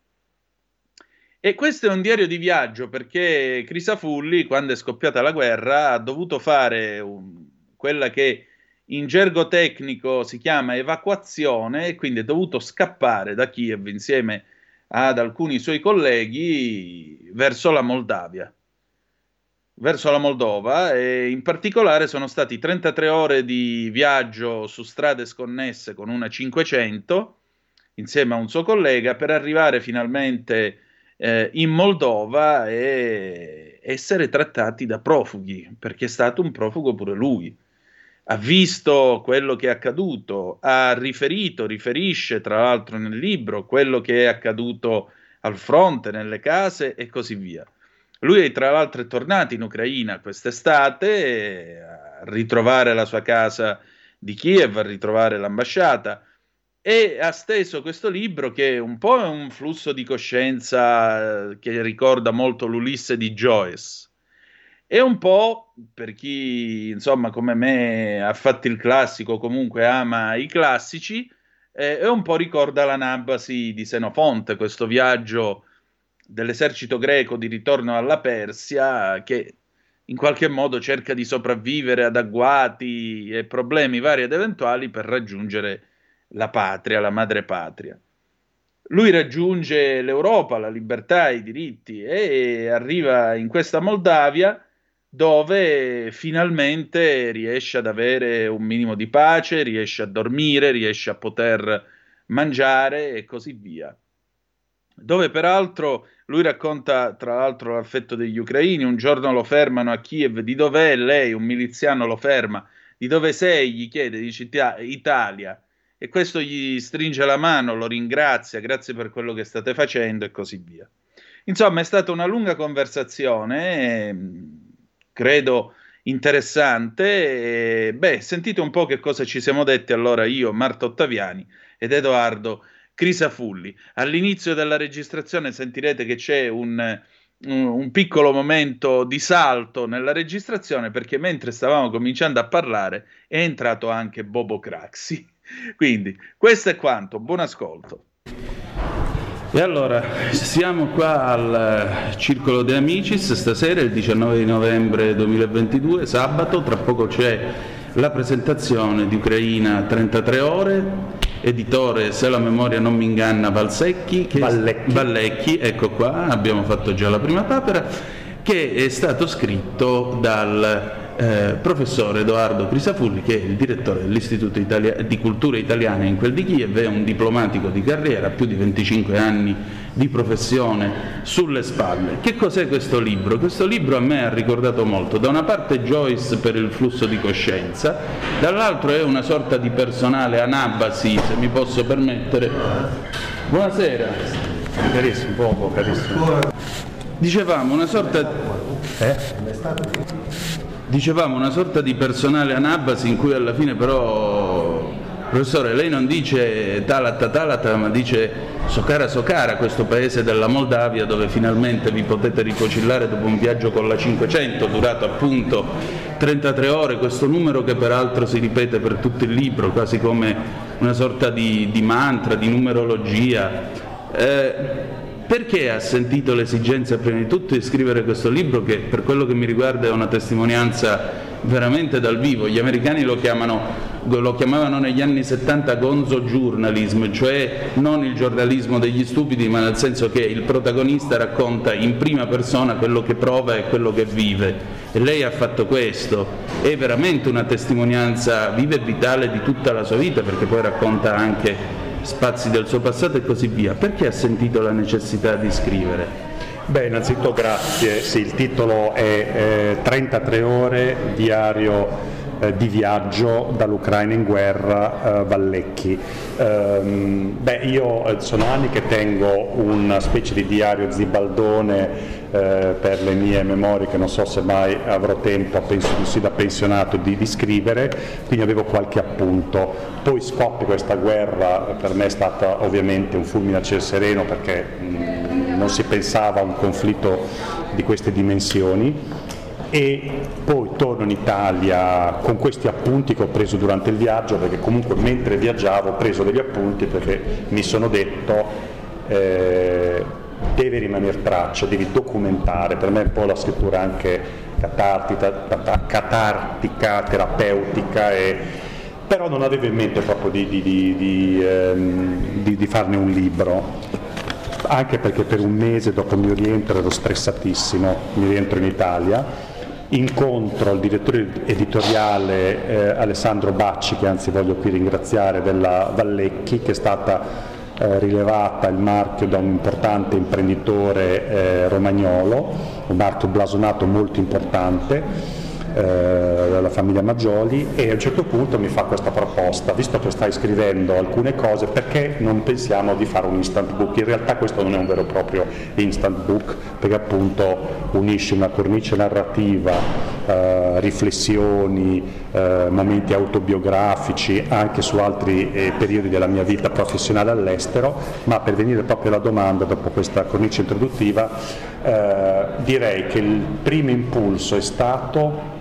E questo è un diario di viaggio perché Crisafulli, quando è scoppiata la guerra, ha dovuto fare un, quella che in gergo tecnico si chiama evacuazione e quindi è dovuto scappare da Kiev insieme ad alcuni suoi colleghi verso la Moldavia, verso la Moldova, e in particolare sono stati trentatré ore di viaggio su strade sconnesse con una cinquecento insieme a un suo collega per arrivare finalmente eh, in Moldova e essere trattati da profughi, perché è stato un profugo pure lui. ha visto quello che è accaduto, ha riferito, riferisce tra l'altro nel libro quello che è accaduto al fronte, nelle case e così via. Lui tra l'altro è tornato in Ucraina quest'estate a ritrovare la sua casa di Kiev, a ritrovare l'ambasciata, e ha steso questo libro che è un po' un flusso di coscienza che ricorda molto l'Ulisse di Joyce. E un po', per chi insomma come me ha fatto il classico, comunque ama i classici, eh, e un po' ricorda l'Anabasi di Senofonte, questo viaggio dell'esercito greco di ritorno alla Persia che in qualche modo cerca di sopravvivere ad agguati e problemi vari ed eventuali per raggiungere la patria, la madre patria. Lui raggiunge l'Europa, la libertà, i diritti e arriva in questa Moldavia dove finalmente riesce ad avere un minimo di pace, riesce a dormire, riesce a poter mangiare e così via. Dove peraltro lui racconta tra l'altro l'affetto degli ucraini, un giorno lo fermano a Kiev, di dov'è lei, un miliziano lo ferma, di dove sei, gli chiede, dice Italia, e questo gli stringe la mano, lo ringrazia, grazie per quello che state facendo e così via. Insomma è stata una lunga conversazione, eh, credo interessante, e, beh, sentite un po' che cosa ci siamo detti allora io, Marta Ottaviani ed Edoardo Crisafulli. All'inizio della registrazione sentirete che c'è un, un, un piccolo momento di salto nella registrazione perché mentre stavamo cominciando a parlare è entrato anche Bobo Craxi. Quindi questo è quanto, buon ascolto. E allora, siamo qua al Circolo De Amicis, stasera il diciannove di novembre duemilaventidue, sabato, tra poco c'è la presentazione di Ucraina trentatré ore, editore, se la memoria non mi inganna, Valsecchi, che Vallecchi. Vallecchi, ecco qua, abbiamo fatto già la prima papera, che è stato scritto dal eh, professore Edoardo Crisafulli, che è il direttore dell'Istituto Italia- di Cultura Italiana in quel di Kiev, è un diplomatico di carriera, più di venticinque anni di professione sulle spalle. Che cos'è questo libro? Questo libro a me ha ricordato molto, da una parte Joyce per il flusso di coscienza, dall'altro è una sorta di personale anabasi, se mi posso permettere. Buonasera. Carissimo, poco, carissimo. Dicevamo una sorta Eh? Dicevamo una sorta di personale anabasi in cui alla fine però, professore, lei non dice Talata Talata ma dice Socara Socara, questo paese della Moldavia dove finalmente vi potete rifocillare dopo un viaggio con la cinquecento durato appunto trentatré ore, questo numero che peraltro si ripete per tutto il libro quasi come una sorta di, di mantra, di numerologia. Eh, Perché ha sentito l'esigenza prima di tutto di scrivere questo libro che per quello che mi riguarda è una testimonianza veramente dal vivo? Gli americani lo chiamano, lo chiamavano negli anni settanta gonzo journalism, cioè non il giornalismo degli stupidi, ma nel senso che il protagonista racconta in prima persona quello che prova e quello che vive. E lei ha fatto questo, è veramente una testimonianza viva e vitale di tutta la sua vita, perché poi racconta anche spazi del suo passato e così via. Perché ha sentito la necessità di scrivere? Beh, innanzitutto grazie. Sì, il titolo è eh, trentatré ore, diario eh, di viaggio dall'Ucraina in guerra, eh, Vallecchi. Ehm, beh, io eh, sono anni che tengo una specie di diario zibaldone eh, per le mie memorie, che non so se mai avrò tempo, penso di sì, da pensionato, di, di scrivere, quindi avevo qualche appunto. Poi scoppia questa guerra, per me è stata ovviamente un fulmine a ciel sereno perché mh, non si pensava a un conflitto di queste dimensioni, e poi torno in Italia con questi appunti che ho preso durante il viaggio, perché comunque mentre viaggiavo ho preso degli appunti perché mi sono detto eh, deve rimanere traccia, devi documentare. Per me è un po' la scrittura anche catartica, catartica terapeutica, e però non avevo in mente proprio di, di, di, di, ehm, di, di farne un libro, anche perché per un mese dopo il mio rientro ero stressatissimo, mi rientro in Italia, incontro il direttore editoriale eh, Alessandro Bacci, che anzi voglio qui ringraziare, della Vallecchi, che è stata eh, rilevata il marchio da un importante imprenditore eh, romagnolo, un marchio blasonato molto importante. eh, la famiglia Maggioli, e a un certo punto mi fa questa proposta: visto che stai scrivendo alcune cose, perché non pensiamo di fare un instant book? In realtà questo non è un vero e proprio instant book, perché appunto unisce una cornice narrativa, eh, riflessioni, eh, momenti autobiografici anche su altri eh, periodi della mia vita professionale all'estero. Ma per venire proprio alla domanda, dopo questa cornice introduttiva, eh, direi che il primo impulso è stato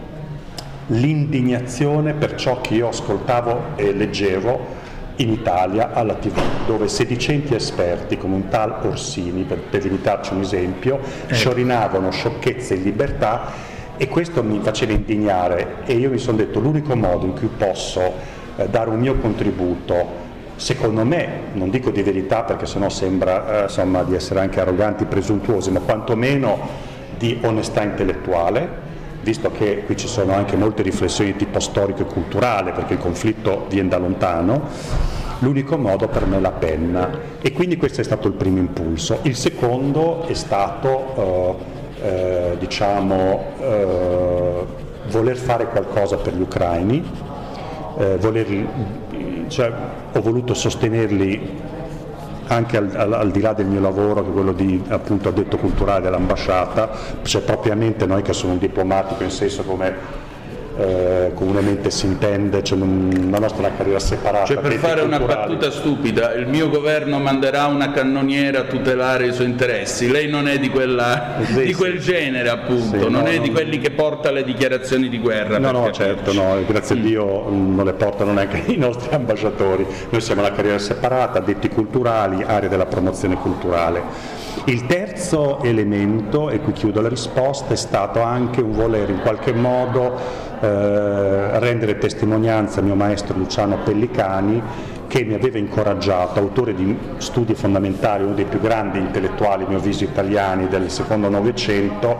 l'indignazione per ciò che io ascoltavo e leggevo in Italia alla tivù, dove sedicenti esperti come un tal Orsini, per, per limitarci un esempio, eh. sciorinavano sciocchezze in libertà, e questo mi faceva indignare, e io mi sono detto: l'unico modo in cui posso eh, dare un mio contributo, secondo me, non dico di verità perché sennò sembra eh, insomma di essere anche arroganti, presuntuosi, ma quantomeno di onestà intellettuale, visto che qui ci sono anche molte riflessioni di tipo storico e culturale, perché il conflitto viene da lontano, l'unico modo per me è la penna. E quindi questo è stato il primo impulso. Il secondo è stato, eh, eh, diciamo, eh, voler fare qualcosa per gli ucraini, eh, voler, cioè, ho voluto sostenerli anche al, al, al di là del mio lavoro, che è quello di appunto addetto culturale dell'ambasciata, cioè propriamente noi che sono un diplomatico in senso come eh, comunemente si intende, cioè non, la nostra è una carriera separata. Cioè, per fare culturali. Una battuta stupida, il mio governo manderà una cannoniera a tutelare i suoi interessi, lei non è di, quella, sì, di quel sì. genere appunto, sì, non no, è no, di quelli che porta le dichiarazioni di guerra. No, no, certo, no, grazie mm. a Dio non le portano neanche i nostri ambasciatori, noi siamo una carriera separata, addetti culturali, area della promozione culturale. Il terzo elemento, e qui chiudo la risposta, è stato anche un voler in qualche modo eh, rendere testimonianza al mio maestro Luciano Pellicani, che mi aveva incoraggiato, autore di studi fondamentali, uno dei più grandi intellettuali, a mio avviso, italiani del secondo Novecento,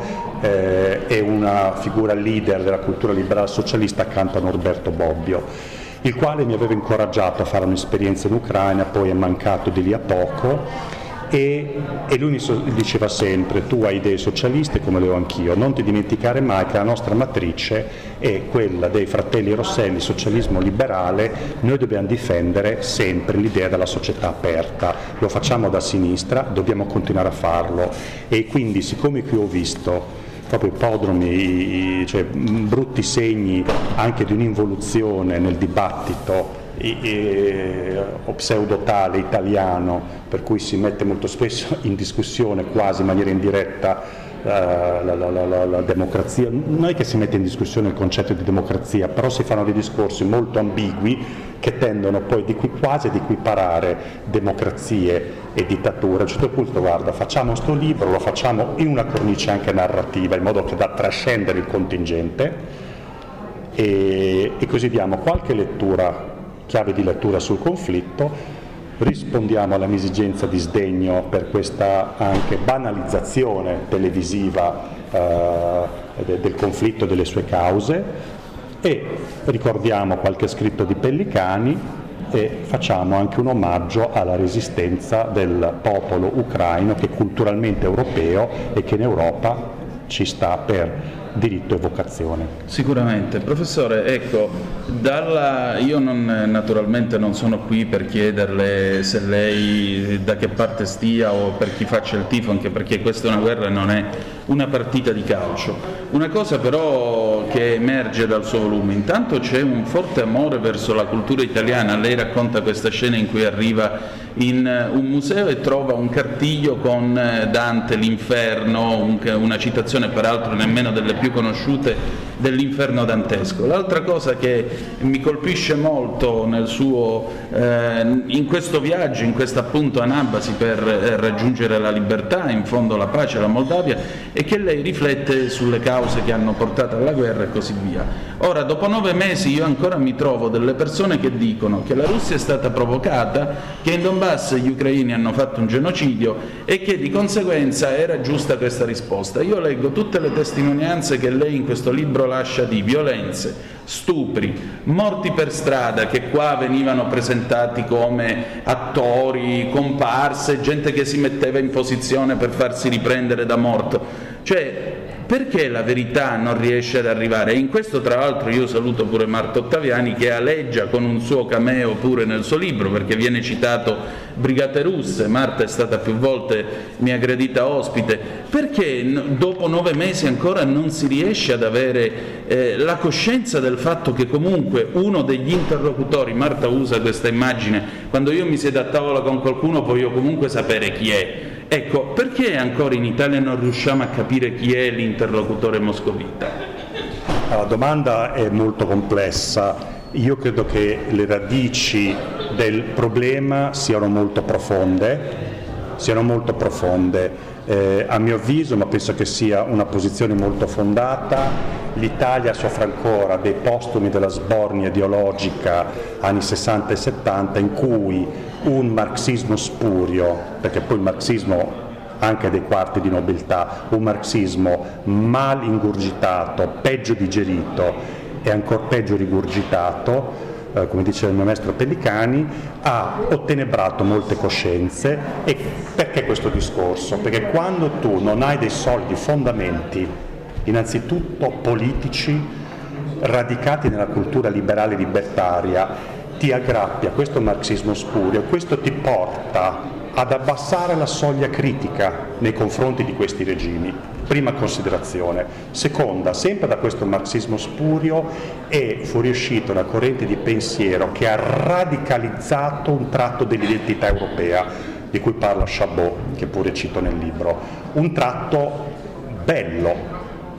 eh, e una figura leader della cultura liberale socialista accanto a Norberto Bobbio, il quale mi aveva incoraggiato a fare un'esperienza in Ucraina, poi è mancato di lì a poco. E, e lui mi so, diceva sempre: tu hai idee socialiste come le ho anch'io, non ti dimenticare mai che la nostra matrice è quella dei fratelli Rosselli, socialismo liberale, noi dobbiamo difendere sempre l'idea della società aperta, lo facciamo da sinistra, dobbiamo continuare a farlo. E quindi, siccome qui ho visto proprio ippodromi, cioè brutti segni anche di un'involuzione nel dibattito E, e, o pseudotale italiano, per cui si mette molto spesso in discussione, quasi in maniera indiretta, la, la, la, la, la democrazia. Non è che si mette in discussione il concetto di democrazia, però si fanno dei discorsi molto ambigui che tendono poi di qui, quasi ad equiparare democrazie e dittature. A un certo punto, guarda, facciamo sto libro, lo facciamo in una cornice anche narrativa, in modo che da trascendere il contingente, e, e così diamo qualche lettura, chiave di lettura sul conflitto, rispondiamo all'esigenza di sdegno per questa anche banalizzazione televisiva eh, del conflitto e delle sue cause, e ricordiamo qualche scritto di Pellicani e facciamo anche un omaggio alla resistenza del popolo ucraino, che è culturalmente europeo e che in Europa ci sta per diritto e vocazione. Sicuramente. Professore, ecco, dalla... io non, naturalmente non sono qui per chiederle se lei da che parte stia o per chi faccia il tifo, anche perché questa è una guerra e non è una partita di calcio. Una cosa però che emerge dal suo volume: intanto c'è un forte amore verso la cultura italiana. Lei racconta questa scena in cui arriva in un museo e trova un cartiglio con Dante, l'inferno, un, una citazione peraltro nemmeno delle più conosciute dell'inferno dantesco. L'altra cosa che mi colpisce molto nel suo, eh, in questo viaggio, in questa appunto anabasi per eh, raggiungere la libertà, in fondo la pace, la Moldavia, è che lei riflette sulle cause che hanno portato alla guerra e così via. Ora, dopo nove mesi io ancora mi trovo delle persone che dicono che la Russia è stata provocata, che in Donbass gli ucraini hanno fatto un genocidio e che di conseguenza era giusta questa risposta. Io leggo tutte le testimonianze che lei in questo libro lascia di violenze, stupri, morti per strada che qua venivano presentati come attori, comparse, gente che si metteva in posizione per farsi riprendere da morto. Cioè, perché la verità non riesce ad arrivare? E in questo, tra l'altro, io saluto pure Marta Ottaviani, che aleggia con un suo cameo pure nel suo libro, perché viene citato Brigate Russe. Marta è stata più volte mia gradita ospite. Perché dopo nove mesi ancora non si riesce ad avere eh, la coscienza del fatto che comunque uno degli interlocutori, Marta usa questa immagine, quando io mi siedo a tavola con qualcuno voglio comunque sapere chi è. Ecco, perché ancora in Italia non riusciamo a capire chi è l'interlocutore moscovita? La domanda è molto complessa. Io credo che le radici del problema siano molto profonde, siano molto profonde. Eh, a mio avviso, ma penso che sia una posizione molto fondata, l'Italia soffre ancora dei postumi della sbornia ideologica anni sessanta e settanta, in cui un marxismo spurio, perché poi il marxismo ha anche dei quarti di nobiltà, un marxismo mal ingurgitato, peggio digerito e ancora peggio rigurgitato, eh, come diceva il mio maestro Pellicani, ha ottenebrato molte coscienze. E perché questo discorso? Perché quando tu non hai dei solidi fondamenti, innanzitutto politici, radicati nella cultura liberale libertaria, ti aggrappi a questo marxismo spurio, questo ti porta ad abbassare la soglia critica nei confronti di questi regimi. Prima considerazione. Seconda, sempre da questo marxismo spurio è fuoriuscita una corrente di pensiero che ha radicalizzato un tratto dell'identità europea, di cui parla Chabot, che pure cito nel libro. Un tratto bello,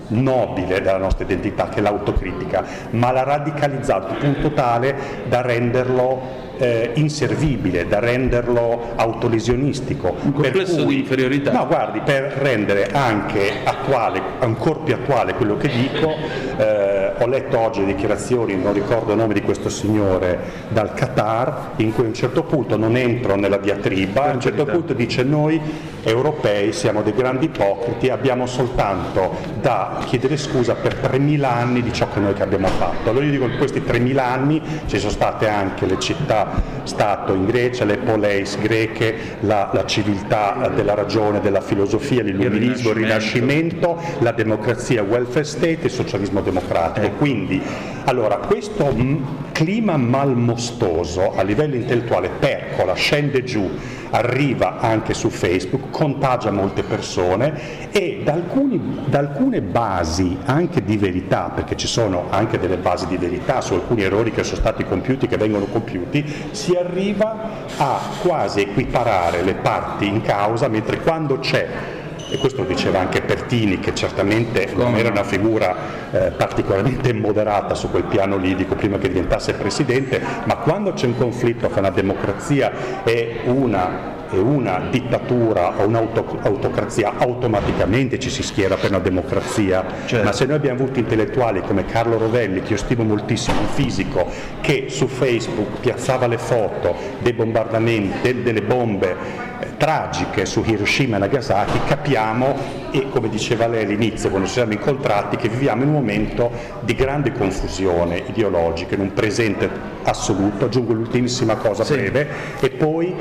nobile della nostra identità, che è l'autocritica, ma l'ha radicalizzato al punto tale da renderlo eh, inservibile, da renderlo autolesionistico. Un complesso per cui, di inferiorità. No, guardi, per rendere anche attuale, ancora più attuale quello che dico, eh, ho letto oggi le dichiarazioni, non ricordo il nome di questo signore, dal Qatar, in cui a un certo punto, non entro nella diatriba, a un certo punto dice: noi europei siamo dei grandi ipocriti, abbiamo soltanto da chiedere scusa per tremila anni di ciò che noi che abbiamo fatto. Allora io dico che in questi tremila anni ci sono state anche le città-stato in Grecia, le poleis greche, la, la civiltà della ragione, della filosofia, l'illuminismo, il rinascimento, la democrazia, il welfare state e il socialismo democratico. Eh. Quindi, allora, questo m- clima malmostoso a livello intellettuale percola, scende giù, arriva anche su Facebook, contagia molte persone e da, alcuni, da alcune basi anche di verità, perché ci sono anche delle basi di verità su alcuni errori che sono stati compiuti, che vengono compiuti, si arriva a quasi equiparare le parti in causa, mentre quando c'è, e questo lo diceva anche Pertini, che certamente non era una figura eh, particolarmente moderata su quel piano lì, dico, prima che diventasse presidente, ma quando c'è un conflitto fra una democrazia e una, e una dittatura o un'autocrazia, automaticamente ci si schiera per una democrazia. Certo. Ma se noi abbiamo avuto intellettuali come Carlo Rovelli, che io stimo moltissimo, un fisico, che su Facebook piazzava le foto dei bombardamenti, delle bombe tragiche su Hiroshima e Nagasaki, capiamo, e come diceva lei all'inizio quando ci siamo incontrati, che viviamo in un momento di grande confusione ideologica, in un presente assoluto. Aggiungo l'ultimissima cosa sì. breve, e poi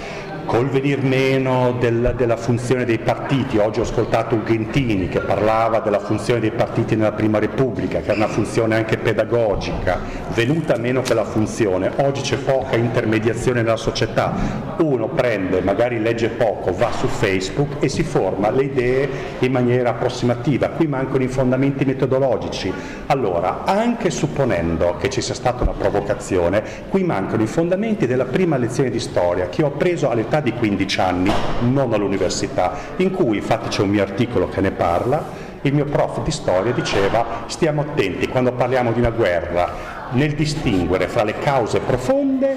col venir meno del, della funzione dei partiti. Oggi ho ascoltato Ugentini che parlava della funzione dei partiti nella Prima Repubblica, che era una funzione anche pedagogica. Venuta meno quella funzione, oggi c'è poca intermediazione nella società. Uno prende, magari legge poco, va su Facebook e si forma le idee in maniera approssimativa. Qui mancano i fondamenti metodologici. Allora, anche supponendo che ci sia stata una provocazione, qui mancano i fondamenti della prima lezione di storia che ho preso all'età di quindici anni, non all'università, in cui, infatti c'è un mio articolo che ne parla, il mio prof di storia diceva: stiamo attenti quando parliamo di una guerra nel distinguere fra le cause profonde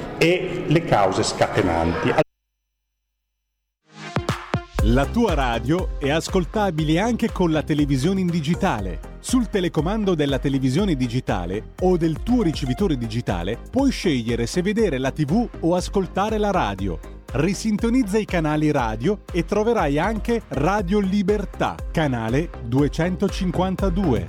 e le cause scatenanti. La tua radio è ascoltabile anche con la televisione in digitale. Sul telecomando della televisione digitale o del tuo ricevitore digitale puoi scegliere se vedere la tivù o ascoltare la radio. Risintonizza i canali radio e troverai anche Radio Libertà, canale duecentocinquantadue.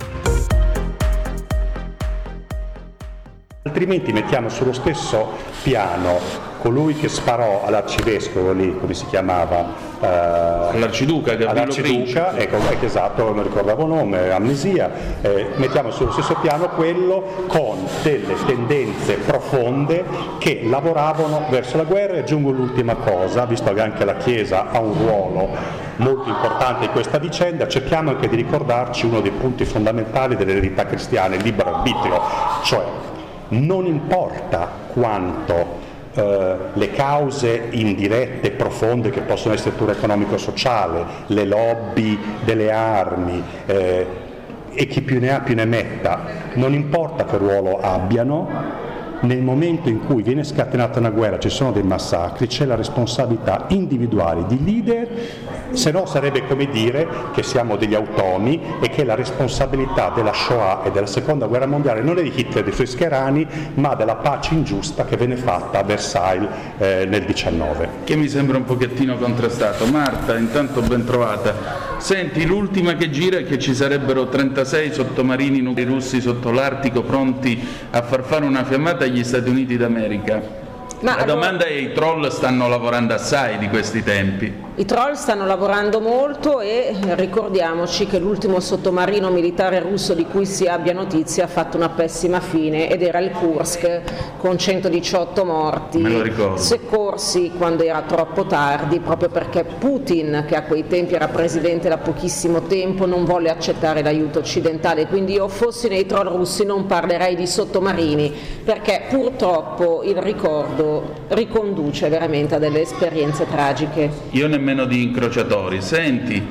Altrimenti mettiamo sullo stesso piano colui che sparò all'arcivescovo lì, come si chiamava? Uh, all'arciduca, all'arciduca, ecco, esatto, non ricordavo il nome, amnesia, eh, mettiamo sullo stesso piano quello con delle tendenze profonde che lavoravano verso la guerra. E aggiungo l'ultima cosa, visto che anche la Chiesa ha un ruolo molto importante in questa vicenda, cerchiamo anche di ricordarci uno dei punti fondamentali dell'eredità cristiana, il libero arbitrio, cioè non importa quanto Uh, le cause indirette profonde che possono essere natura economico-sociale, le lobby delle armi eh, e chi più ne ha più ne metta, non importa che ruolo abbiano, nel momento in cui viene scatenata una guerra, ci sono dei massacri, c'è la responsabilità individuale di leader, se no sarebbe come dire che siamo degli automi e che la responsabilità della Shoah e della seconda guerra mondiale non è di Hitler e dei suoi scherani, ma della pace ingiusta che venne fatta a Versailles eh, nel diciannove. Che mi sembra un pochettino contrastato. Marta, intanto ben trovata. Senti, l'ultima che gira è che ci sarebbero trentasei sottomarini nucleari russi sotto l'Artico pronti a far fare una fiammata agli Stati Uniti d'America. Ma la domanda è: i troll stanno lavorando assai di questi tempi? I troll stanno lavorando molto e ricordiamoci che l'ultimo sottomarino militare russo di cui si abbia notizia ha fatto una pessima fine ed era il Kursk con centodiciotto morti, soccorsi quando era troppo tardi, proprio perché Putin, che a quei tempi era presidente da pochissimo tempo, non volle accettare l'aiuto occidentale. Quindi io fossi nei troll russi non parlerei di sottomarini, perché purtroppo il ricordo riconduce veramente a delle esperienze tragiche. Io nemmeno di incrociatori. Senti,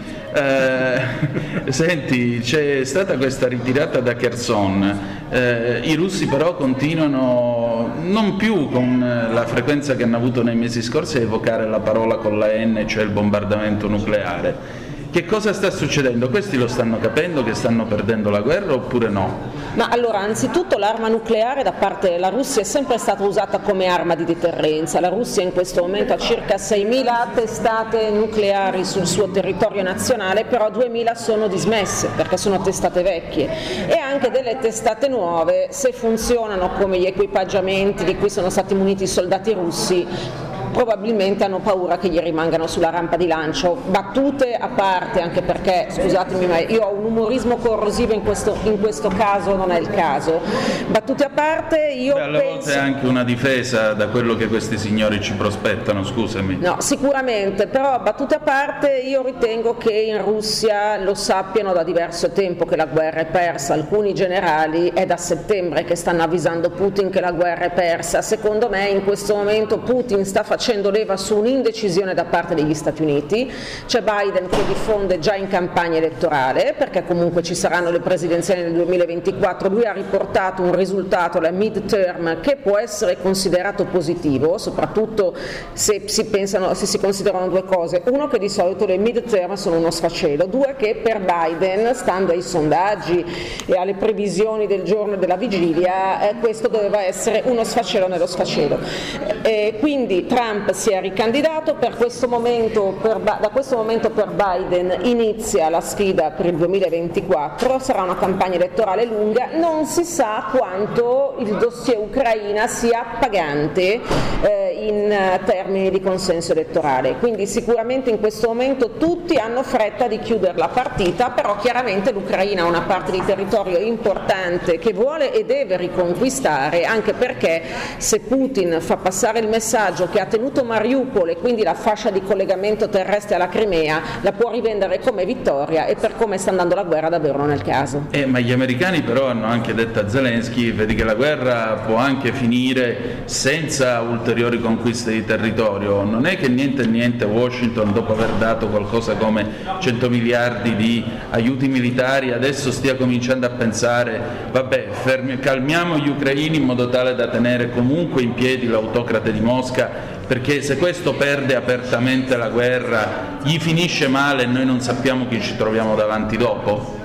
eh, senti, c'è stata questa ritirata da Kherson, eh, i russi però continuano non più con la frequenza che hanno avuto nei mesi scorsi a evocare la parola con la N, cioè il bombardamento nucleare. Che cosa sta succedendo? Questi lo stanno capendo che stanno perdendo la guerra oppure no? Ma allora, anzitutto l'arma nucleare da parte della Russia è sempre stata usata come arma di deterrenza. La Russia in questo momento ha circa seimila testate nucleari sul suo territorio nazionale, però duemila sono dismesse perché sono testate vecchie, e anche delle testate nuove, se funzionano come gli equipaggiamenti di cui sono stati muniti i soldati russi, probabilmente hanno paura che gli rimangano sulla rampa di lancio. Battute a parte, anche perché, scusatemi, ma io ho un umorismo corrosivo in questo, in questo caso, non è il caso. Battute a parte, io Beh, alla penso... volta è anche una difesa da quello che questi signori ci prospettano, scusami. No, sicuramente, però battute a parte, io ritengo che in Russia lo sappiano da diverso tempo che la guerra è persa. Alcuni generali è da settembre che stanno avvisando Putin che la guerra è persa. Secondo me in questo momento Putin sta facendo facendo leva su un'indecisione da parte degli Stati Uniti. C'è Biden che diffonde già in campagna elettorale, perché comunque ci saranno le presidenziali nel duemilaventiquattro. Lui ha riportato un risultato, la mid-term, che può essere considerato positivo, soprattutto se si pensano, se si considerano due cose: uno, che di solito le mid-term sono uno sfacelo; due, che per Biden, stando ai sondaggi e alle previsioni del giorno della vigilia, eh, questo doveva essere uno sfacelo nello sfacelo. Eh, quindi Trump si è ricandidato. Per questo momento, per, da questo momento per Biden inizia la sfida per il duemilaventiquattro, sarà una campagna elettorale lunga, non si sa quanto il dossier Ucraina sia pagante eh, in termini di consenso elettorale, quindi sicuramente in questo momento tutti hanno fretta di chiudere la partita, però chiaramente l'Ucraina ha una parte di territorio importante che vuole e deve riconquistare, anche perché se Putin fa passare il messaggio che ha tenuto Mariupol e quindi la fascia di collegamento terrestre alla Crimea, la può rivendere come vittoria, e per come sta andando la guerra davvero non è il caso. Eh, ma gli americani però hanno anche detto a Zelensky: vedi che la guerra può anche finire senza ulteriori conquiste di territorio. Non è che niente niente Washington, dopo aver dato qualcosa come cento miliardi di aiuti militari, adesso stia cominciando a pensare: vabbè, fermi, calmiamo gli ucraini in modo tale da tenere comunque in piedi l'autocrate di Mosca, perché se questo perde apertamente la guerra gli finisce male e noi non sappiamo chi ci troviamo davanti dopo?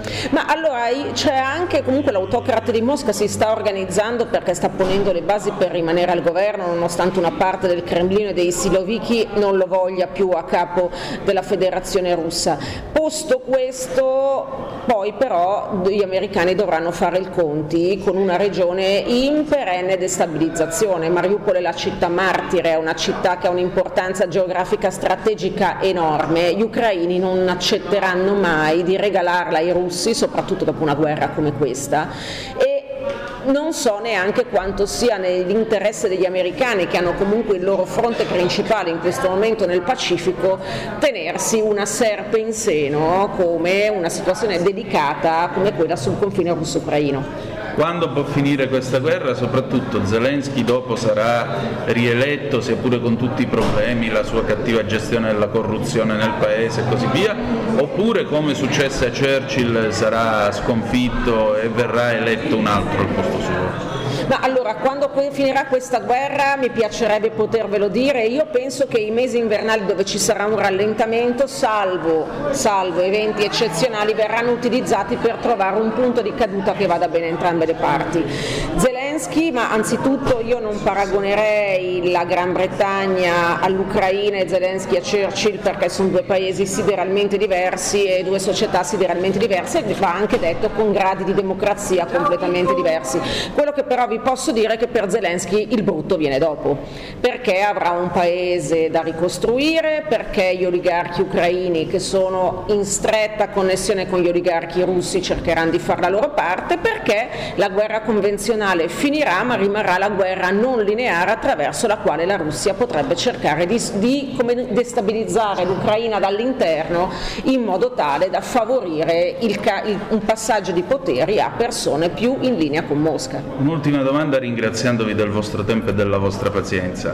Ma allora c'è anche comunque l'autocrate di Mosca si sta organizzando perché sta ponendo le basi per rimanere al governo, nonostante una parte del Cremlino e dei siloviki non lo voglia più a capo della Federazione Russa. Posto questo, poi però gli americani dovranno fare i conti con una regione in perenne destabilizzazione. Mariupol è la città martire, è una città che ha un'importanza geografica strategica enorme. Gli ucraini non accetteranno mai di regalarla ai russi, soprattutto dopo una guerra come questa, e non so neanche quanto sia nell'interesse degli americani, che hanno comunque il loro fronte principale in questo momento nel Pacifico, tenersi una serpe in seno come una situazione delicata come quella sul confine russo-ucraino. Quando può finire questa guerra? Soprattutto Zelensky dopo sarà rieletto, sia pure con tutti i problemi, la sua cattiva gestione della corruzione nel paese e così via, oppure come successe a Churchill sarà sconfitto e verrà eletto un altro al posto suo? Ma allora, quando finirà questa guerra mi piacerebbe potervelo dire. Io penso che i mesi invernali dove ci sarà un rallentamento, salvo, salvo eventi eccezionali, verranno utilizzati per trovare un punto di caduta che vada bene a entrambe le parti. Zelensky, ma anzitutto io non paragonerei la Gran Bretagna all'Ucraina e Zelensky a Churchill, perché sono due paesi sideralmente diversi e due società sideralmente diverse, e va anche detto con gradi di democrazia completamente diversi. Quello che però vi posso dire è che per Zelensky il brutto viene dopo, perché avrà un paese da ricostruire, perché gli oligarchi ucraini che sono in stretta connessione con gli oligarchi russi cercheranno di fare la loro parte, perché la guerra convenzionale finirà, ma rimarrà la guerra non lineare attraverso la quale la Russia potrebbe cercare di, di come destabilizzare l'Ucraina dall'interno in modo tale da favorire il, il, un passaggio di poteri a persone più in linea con Mosca. Un'ultima domanda, ringraziandovi del vostro tempo e della vostra pazienza.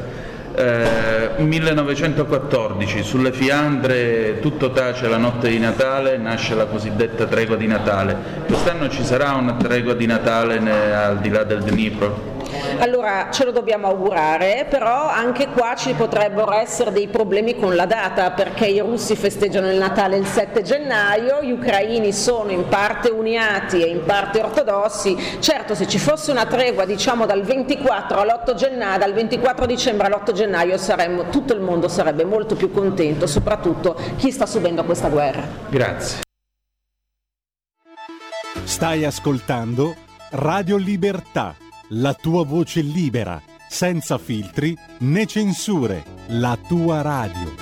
Eh, millenovecentoquattordici, sulle Fiandre tutto tace la notte di Natale, nasce la cosiddetta tregua di Natale. Quest'anno ci sarà una tregua di Natale ne, al di là del Dnipro? Allora, ce lo dobbiamo augurare, però anche qua ci potrebbero essere dei problemi con la data, perché i russi festeggiano il Natale il sette gennaio, gli ucraini sono in parte uniati e in parte ortodossi. Certo, se ci fosse una tregua, diciamo dal ventiquattro all'otto gennaio, dal ventiquattro dicembre all'otto gennaio, saremmo, tutto il mondo sarebbe molto più contento, soprattutto chi sta subendo questa guerra. Grazie. Stai ascoltando Radio Libertà, la tua voce libera, senza filtri né censure, la tua radio.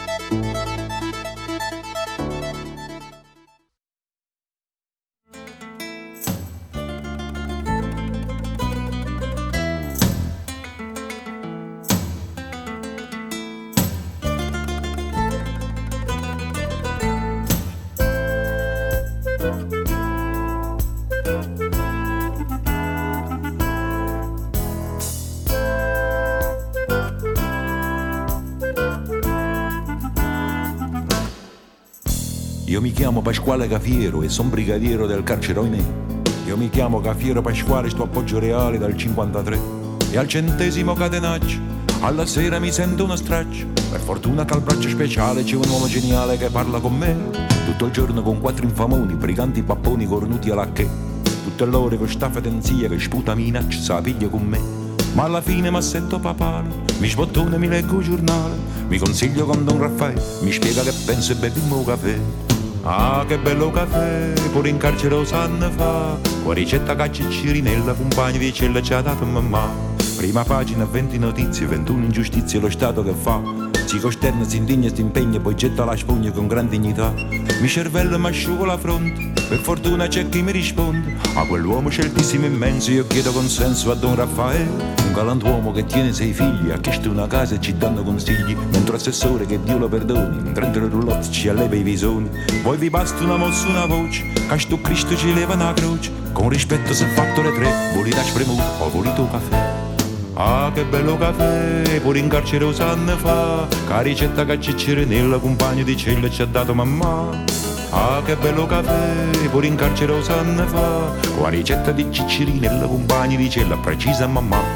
Io mi chiamo Pasquale Cafiero e son brigadiero del carcere Oinè. Io mi chiamo Cafiero Pasquale, sto a Poggio Reale dal cinquantatré. E al centesimo catenaccio, alla sera mi sento uno straccio. Per fortuna che al braccio speciale c'è un uomo geniale che parla con me. Tutto il giorno con quattro infamoni, briganti papponi cornuti alla che. Tutte l'ore con sta fedenzia che sputa minaccia, sa piglia con me. Ma alla fine m'assetto papale, mi sbottone, mi leggo il giornale, mi consiglio con Don Raffaele, mi spiega che penso e bevimmo un caffè. Ah, che bello caffè, pure in carcere lo sanno fa, con ricetta caccia e cirinella, compagni di cella ci ha dato mamma. Prima pagina, venti notizie, ventuno ingiustizie, lo Stato che fa. Si costerna, si indigna, si impegna, poi getta la spugna con gran dignità. Mi cervello mi asciugo la fronte, per fortuna c'è chi mi risponde. A quell'uomo sceltissimo immenso io chiedo consenso a Don Raffaele. Un galantuomo che tiene sei figli, ha chiesto una casa e ci danno consigli. Mentre l'assessore, che Dio lo perdoni, in trenta roulotte ci alleva i visoni. Poi vi basta una mossa, una voce, che sto Cristo ci leva una croce. Con rispetto se fatto le tre, volete spremuto o volete un caffè. Ah, che bello caffè, pure in carcere lo sanno fa, che ricetta caccia e cirinella, compagno di cella ci ha dato mamma. Ah, che bello caffè, pure in carcere lo sanno fa, con la ricetta di ciccirinella, compagni di cella, precisa mamma.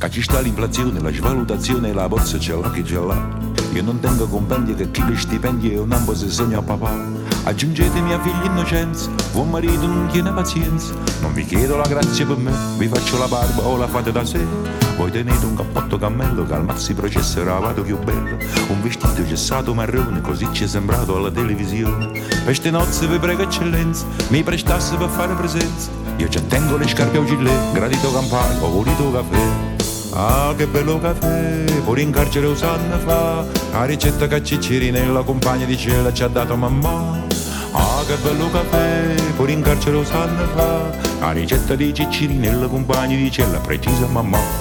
Che ci sta l'inflazione, la svalutazione e la borsa ce l'ha chi ce l'ha. Io non tengo compendi che chi li stipendi e un ambo se segna a papà. Aggiungetemi a figli innocenza, buon marito non tiene pazienza. Non vi chiedo la grazia per me, vi faccio la barba o la fate da sé. Voi tenete un cappotto cammello che al mazzi processo era vado più bello. Un vestito gessato marrone, così ci è sembrato alla televisione. Per ste nozze vi prego eccellenza, mi prestasse per fare presenza. Io ci tengo le scarpe a gilet, gradito campano, ho voluto caffè. Ah, che bello caffè, pure in carcere usanno fa. La ricetta che Ciccirinella, compagna di cella, ci ha dato mamma. Ah, che bello caffè, pure in carcere usanno fa. La ricetta di Ciccirinella, compagna di cella, precisa mamma.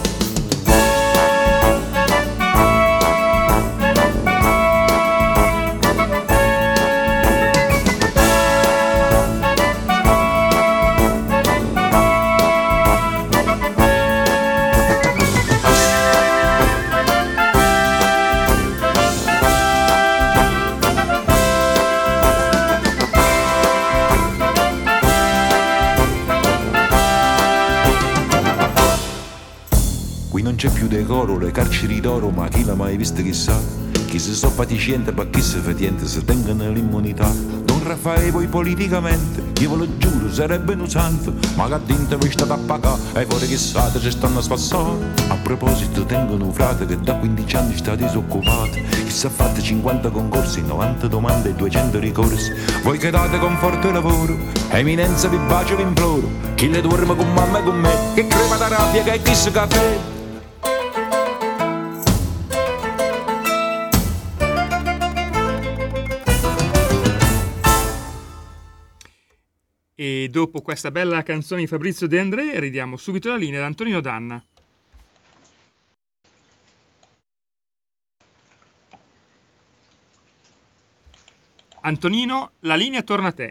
Decoro, le carceri d'oro, ma chi l'ha mai visto chissà? Chi si so paticiente, ma chi si fetiente, se tengono l'immunità. Don Raffaele poi politicamente, io ve lo giuro, sarebbe un santo, ma che dinte voi state a pagare, e fuori chissà ci stanno a spassare. A proposito, tengono un frate che da quindici anni sta disoccupato, che si è fatto cinquanta concorsi, novanta domande e duecento ricorsi. Voi che date conforto e lavoro, eminenza vi bacio vi imploro, chi le dorme con mamma e con me, che crema da rabbia che è chissà caffè. E dopo questa bella canzone di Fabrizio De André ridiamo subito la linea ad Antonino Danna. Antonino, la linea torna a te.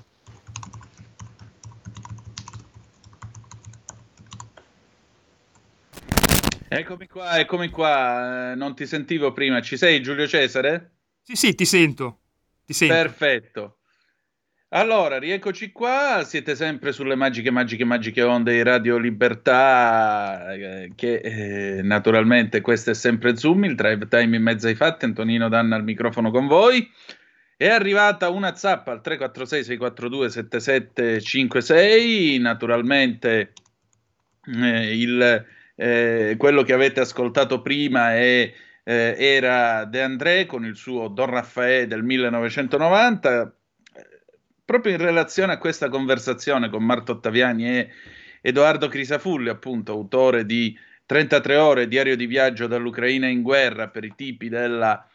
Eccomi qua, eccomi qua. Eh, non ti sentivo prima. Ci sei, Giulio Cesare? Sì, sì, ti sento. Ti sento. Perfetto. Allora, rieccoci qua, siete sempre sulle magiche, magiche, magiche onde di Radio Libertà, eh, che eh, naturalmente questo è sempre Zoom, il drive time in mezzo ai fatti. Antonino Danna al microfono con voi. È arrivata una zappa al tre quattro sei sei quattro due sette sette cinque sei, naturalmente eh, il, eh, quello che avete ascoltato prima è, eh, era De André con il suo Don Raffaele del millenovecentonovanta. Proprio in relazione a questa conversazione con Marto Ottaviani e Edoardo Crisafulli, appunto autore di trentatré ore, diario di viaggio dall'Ucraina in guerra per i tipi della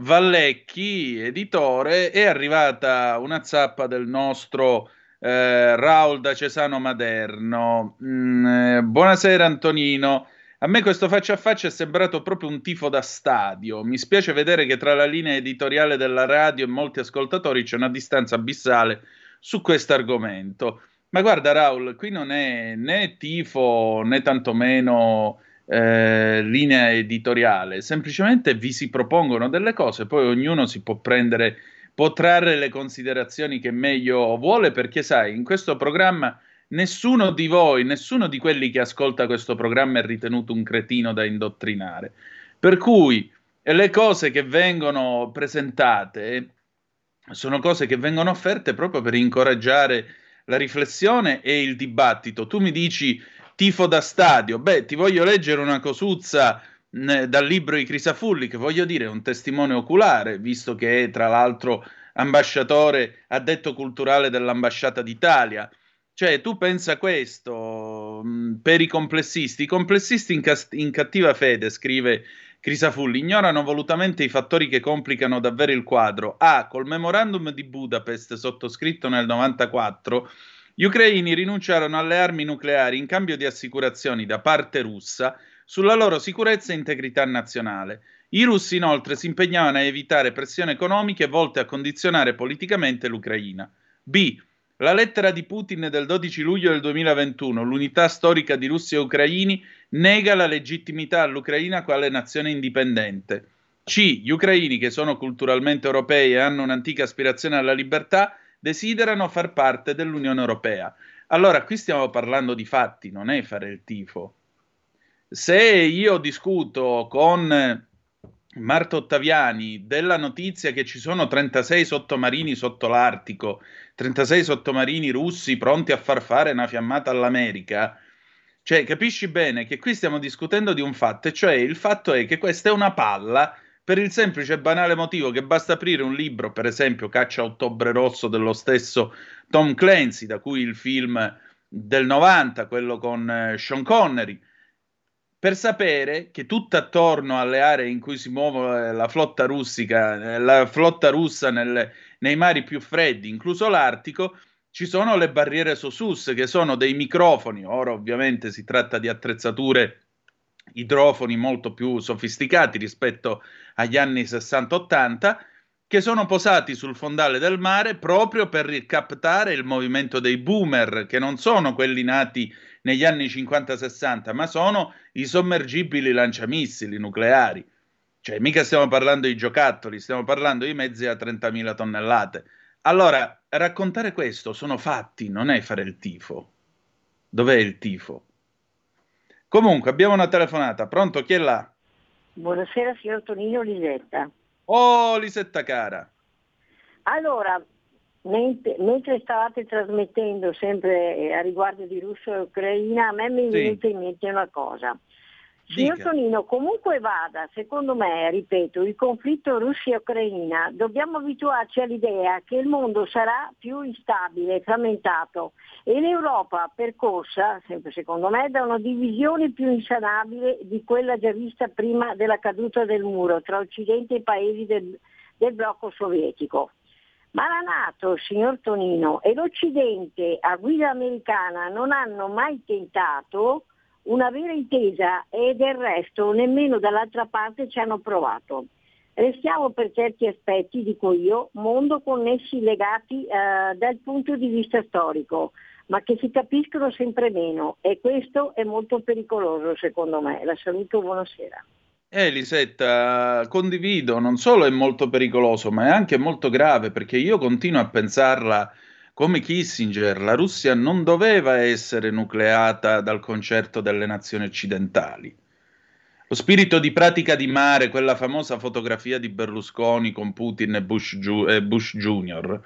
Vallecchi, editore, è arrivata una zappa del nostro eh, Raul da Cesano Maderno. Mm, eh, buonasera Antonino. A me questo faccia a faccia è sembrato proprio un tifo da stadio. Mi spiace vedere che tra la linea editoriale della radio e molti ascoltatori c'è una distanza abissale su questo argomento. Ma guarda Raul, qui non è né tifo né tantomeno eh, linea editoriale, semplicemente vi si propongono delle cose, poi ognuno si può prendere, può trarre le considerazioni che meglio vuole, perché sai, in questo programma nessuno di voi, nessuno di quelli che ascolta questo programma è ritenuto un cretino da indottrinare. Per cui le cose che vengono presentate sono cose che vengono offerte proprio per incoraggiare la riflessione e il dibattito. Tu mi dici tifo da stadio, beh, ti voglio leggere una cosuzza mh, dal libro di Crisafulli, che voglio dire è un testimone oculare, visto che è tra l'altro ambasciatore, addetto culturale dell'ambasciata d'Italia. Cioè, tu pensa questo, mh, per i complessisti, i complessisti in, cast- in cattiva fede, scrive Crisafulli, ignorano volutamente i fattori che complicano davvero il quadro. A. Col memorandum di Budapest sottoscritto nel novantaquattro, gli ucraini rinunciarono alle armi nucleari in cambio di assicurazioni da parte russa sulla loro sicurezza e integrità nazionale. I russi inoltre si impegnavano a evitare pressioni economiche volte a condizionare politicamente l'Ucraina. B. La lettera di Putin del dodici luglio del duemilaventuno, l'unità storica di Russia e ucraini, nega la legittimità all'Ucraina quale nazione indipendente. C. Gli ucraini, che sono culturalmente europei e hanno un'antica aspirazione alla libertà, desiderano far parte dell'Unione Europea. Allora, qui stiamo parlando di fatti, non è fare il tifo. Se io discuto con Marta Ottaviani della notizia che ci sono trentasei sottomarini sotto l'Artico, trentasei sottomarini russi pronti a far fare una fiammata all'America, cioè capisci bene che qui stiamo discutendo di un fatto, e cioè il fatto è che questa è una palla per il semplice e banale motivo che basta aprire un libro, per esempio Caccia a Ottobre Rosso dello stesso Tom Clancy, da cui il film del novanta, quello con eh, Sean Connery, per sapere che tutto attorno alle aree in cui si muove la flotta russica, la flotta russa nel, nei mari più freddi, incluso l'Artico, ci sono le barriere SOSUS, che sono dei microfoni. Ora ovviamente si tratta di attrezzature idrofoni molto più sofisticati rispetto agli anni sessanta ottanta, che sono posati sul fondale del mare proprio per captare il movimento dei boomer, che non sono quelli nati negli anni cinquanta sessanta, ma sono i sommergibili lanciamissili nucleari. Cioè, mica stiamo parlando di giocattoli, stiamo parlando di mezzi a trentamila tonnellate. Allora, raccontare questo sono fatti, non è fare il tifo. Dov'è il tifo? Comunque, abbiamo una telefonata. Pronto? Chi è là? Buonasera, signor Tonino, Lisetta. Oh, Lisetta cara. Allora, mentre, mentre stavate trasmettendo sempre a riguardo di Russia e Ucraina, a me mi è Sì. venuta in mente una cosa. Signor Dica. Tonino, comunque vada, secondo me, ripeto, il conflitto Russia-Ucraina, dobbiamo abituarci all'idea che il mondo sarà più instabile, frammentato, e l'Europa percorsa, sempre secondo me, da una divisione più insanabile di quella già vista prima della caduta del muro tra Occidente e i paesi del, del blocco sovietico. Ma la NATO, signor Tonino, e l'Occidente a guida americana non hanno mai tentato una vera intesa, e del resto nemmeno dall'altra parte ci hanno provato. Restiamo per certi aspetti, dico io, mondo connessi legati eh, dal punto di vista storico, ma che si capiscono sempre meno, e questo è molto pericoloso secondo me. La saluto, buonasera. Eh, Lisetta, condivido, non solo è molto pericoloso, ma è anche molto grave, perché io continuo a pensarla come Kissinger. La Russia non doveva essere nucleata dal concerto delle nazioni occidentali. Lo spirito di Pratica di Mare, quella famosa fotografia di Berlusconi con Putin e Bush, Ju- e Bush Junior.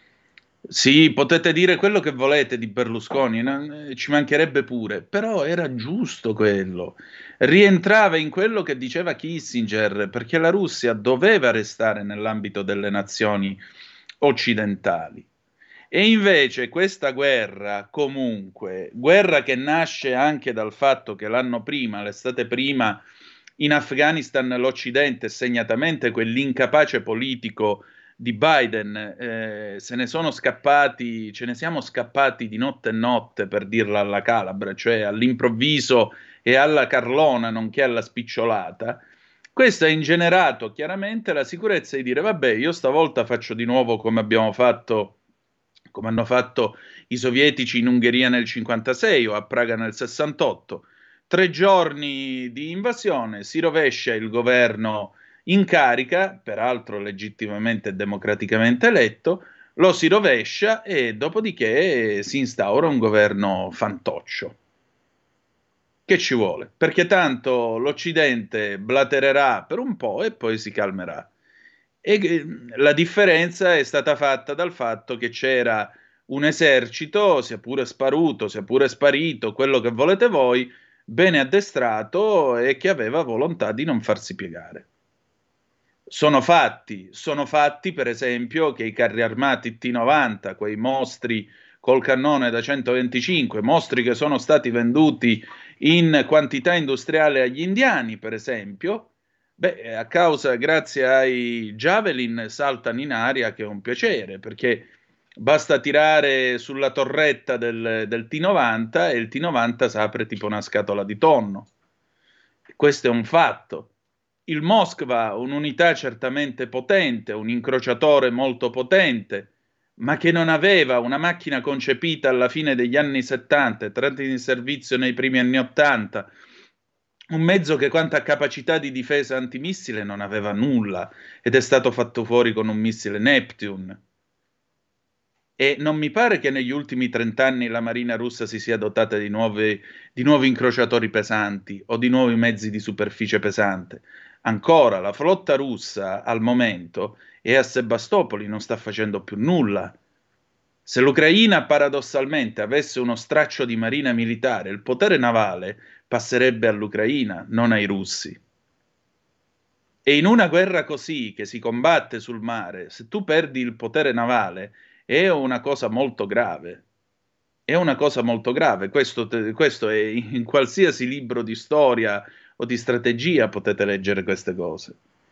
Sì, potete dire quello che volete di Berlusconi, non- ci mancherebbe pure, però era giusto quello. Rientrava in quello che diceva Kissinger, perché la Russia doveva restare nell'ambito delle nazioni occidentali. E invece questa guerra, comunque, guerra che nasce anche dal fatto che l'anno prima, l'estate prima, in Afghanistan l'Occidente, segnatamente quell'incapace politico di Biden, eh, se ne sono scappati, ce ne siamo scappati di notte e notte, per dirla alla calabra, cioè all'improvviso e alla carlona, nonché alla spicciolata. Questo ha ingenerato chiaramente la sicurezza di dire: vabbè, io stavolta faccio di nuovo come abbiamo fatto, come hanno fatto i sovietici in Ungheria nel cinquantasei o a Praga nel sessantotto. Tre giorni di invasione, si rovescia il governo in carica, peraltro legittimamente e democraticamente eletto, lo si rovescia e dopodiché si instaura un governo fantoccio. Che ci vuole? Perché tanto l'Occidente blatererà per un po' e poi si calmerà. E la differenza è stata fatta dal fatto che c'era un esercito, sia pure sparuto, sia pure sparito, quello che volete voi, bene addestrato e che aveva volontà di non farsi piegare. Sono fatti, sono fatti per esempio che i carri armati T novanta, quei mostri col cannone da centoventicinque, mostri che sono stati venduti in quantità industriale agli indiani, per esempio, beh, a causa, grazie ai Javelin, saltano in aria, che è un piacere, perché basta tirare sulla torretta del, del T novanta e il T novanta si apre tipo una scatola di tonno. Questo è un fatto. Il Moskva, un'unità certamente potente, un incrociatore molto potente, ma che non aveva una macchina concepita alla fine degli anni settanta, entrata in servizio nei primi anni ottanta, un mezzo che quanto a capacità di difesa antimissile non aveva nulla, ed è stato fatto fuori con un missile Neptune. E non mi pare che negli ultimi trent'anni la Marina russa si sia dotata di nuovi, di nuovi incrociatori pesanti o di nuovi mezzi di superficie pesante. Ancora, la flotta russa al momento è a Sebastopoli, non sta facendo più nulla. Se l'Ucraina paradossalmente avesse uno straccio di marina militare, il potere navale passerebbe all'Ucraina, non ai russi. E in una guerra così, che si combatte sul mare, se tu perdi il potere navale, è una cosa molto grave. È una cosa molto grave. Questo, questo è in qualsiasi libro di storia o di strategia potete leggere queste cose.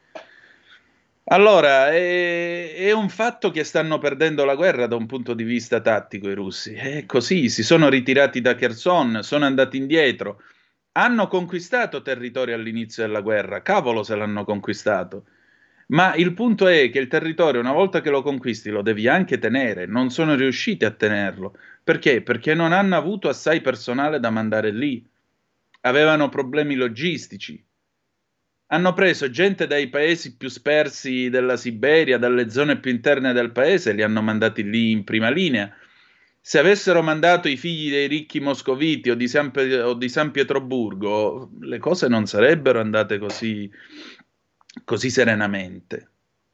Allora, è, è un fatto che stanno perdendo la guerra da un punto di vista tattico i russi. È così, si sono ritirati da Kherson, sono andati indietro. Hanno conquistato territorio all'inizio della guerra, cavolo se l'hanno conquistato. Ma il punto è che il territorio, una volta che lo conquisti, lo devi anche tenere. Non sono riusciti a tenerlo. Perché? Perché non hanno avuto assai personale da mandare lì. Avevano problemi logistici. Hanno preso gente dai paesi più spersi della Siberia, dalle zone più interne del paese, e li hanno mandati lì in prima linea. Se avessero mandato i figli dei ricchi moscoviti o di San, Pe- o di San Pietroburgo, le cose non sarebbero andate così, così serenamente.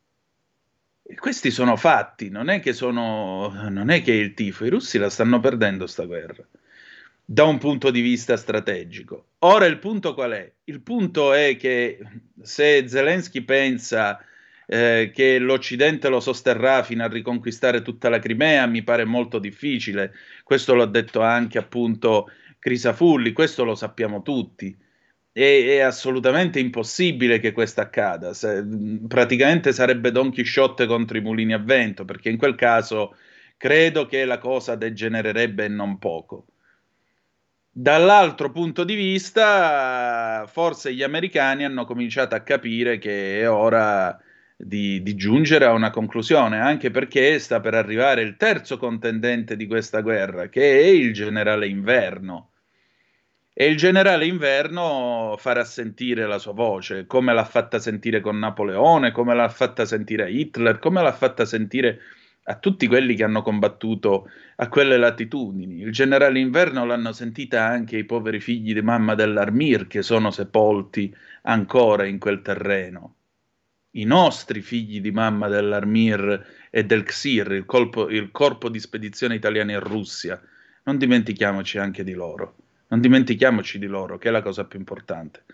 E questi sono fatti, non è che sono, non è che è il tifo. I russi la stanno perdendo sta guerra, da un punto di vista strategico. Ora il punto qual è? Il punto è che se Zelensky pensa eh, che l'Occidente lo sosterrà fino a riconquistare tutta la Crimea, mi pare molto difficile. Questo l'ha detto anche appunto Crisafulli, questo lo sappiamo tutti. È, è assolutamente impossibile che questo accada. Se, praticamente sarebbe Don Chisciotte contro i mulini a vento, perché in quel caso credo che la cosa degenererebbe non poco. Dall'altro punto di vista, forse gli americani hanno cominciato a capire che è ora di, di giungere a una conclusione, anche perché sta per arrivare il terzo contendente di questa guerra, che è il generale Inverno. E il generale Inverno farà sentire la sua voce, come l'ha fatta sentire con Napoleone, come l'ha fatta sentire a Hitler, come l'ha fatta sentire a tutti quelli che hanno combattuto a quelle latitudini. Il generale Inverno l'hanno sentita anche i poveri figli di mamma dell'Armir, che sono sepolti ancora in quel terreno. I nostri figli di mamma dell'Armir e del Xir, il, colpo, il corpo di spedizione italiana in Russia. Non dimentichiamoci anche di loro. Non dimentichiamoci di loro, che è la cosa più importante.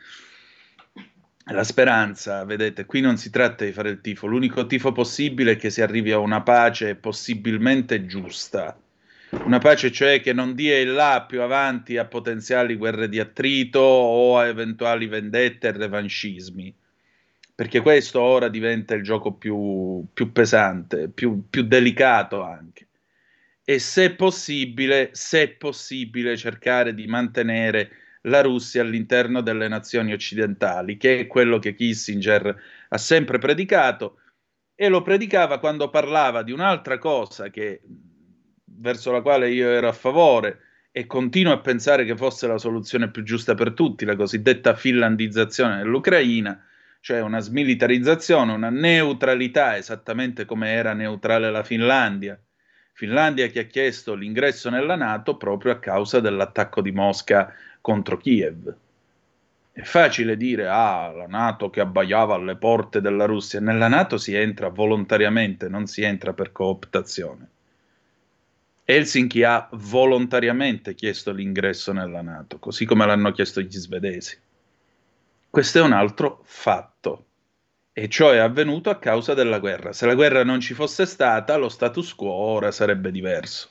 La speranza, vedete, qui non si tratta di fare il tifo, l'unico tifo possibile è che si arrivi a una pace possibilmente giusta, una pace cioè che non dia il là più avanti a potenziali guerre di attrito o a eventuali vendette e revanchismi, perché questo ora diventa il gioco più, più pesante, più, più delicato anche. E se possibile, se possibile cercare di mantenere la Russia all'interno delle nazioni occidentali, che è quello che Kissinger ha sempre predicato, e lo predicava quando parlava di un'altra cosa che, verso la quale io ero a favore e continuo a pensare che fosse la soluzione più giusta per tutti, la cosiddetta finlandizzazione dell'Ucraina, cioè una smilitarizzazione, una neutralità, esattamente come era neutrale la Finlandia. Finlandia che ha chiesto l'ingresso nella NATO proprio a causa dell'attacco di Mosca contro Kiev. È facile dire, ah, la NATO che abbaiava alle porte della Russia. Nella NATO si entra volontariamente, non si entra per cooptazione. Helsinki ha volontariamente chiesto l'ingresso nella NATO, così come l'hanno chiesto gli svedesi. Questo è un altro fatto. E ciò è avvenuto a causa della guerra. Se la guerra non ci fosse stata, lo status quo ora sarebbe diverso.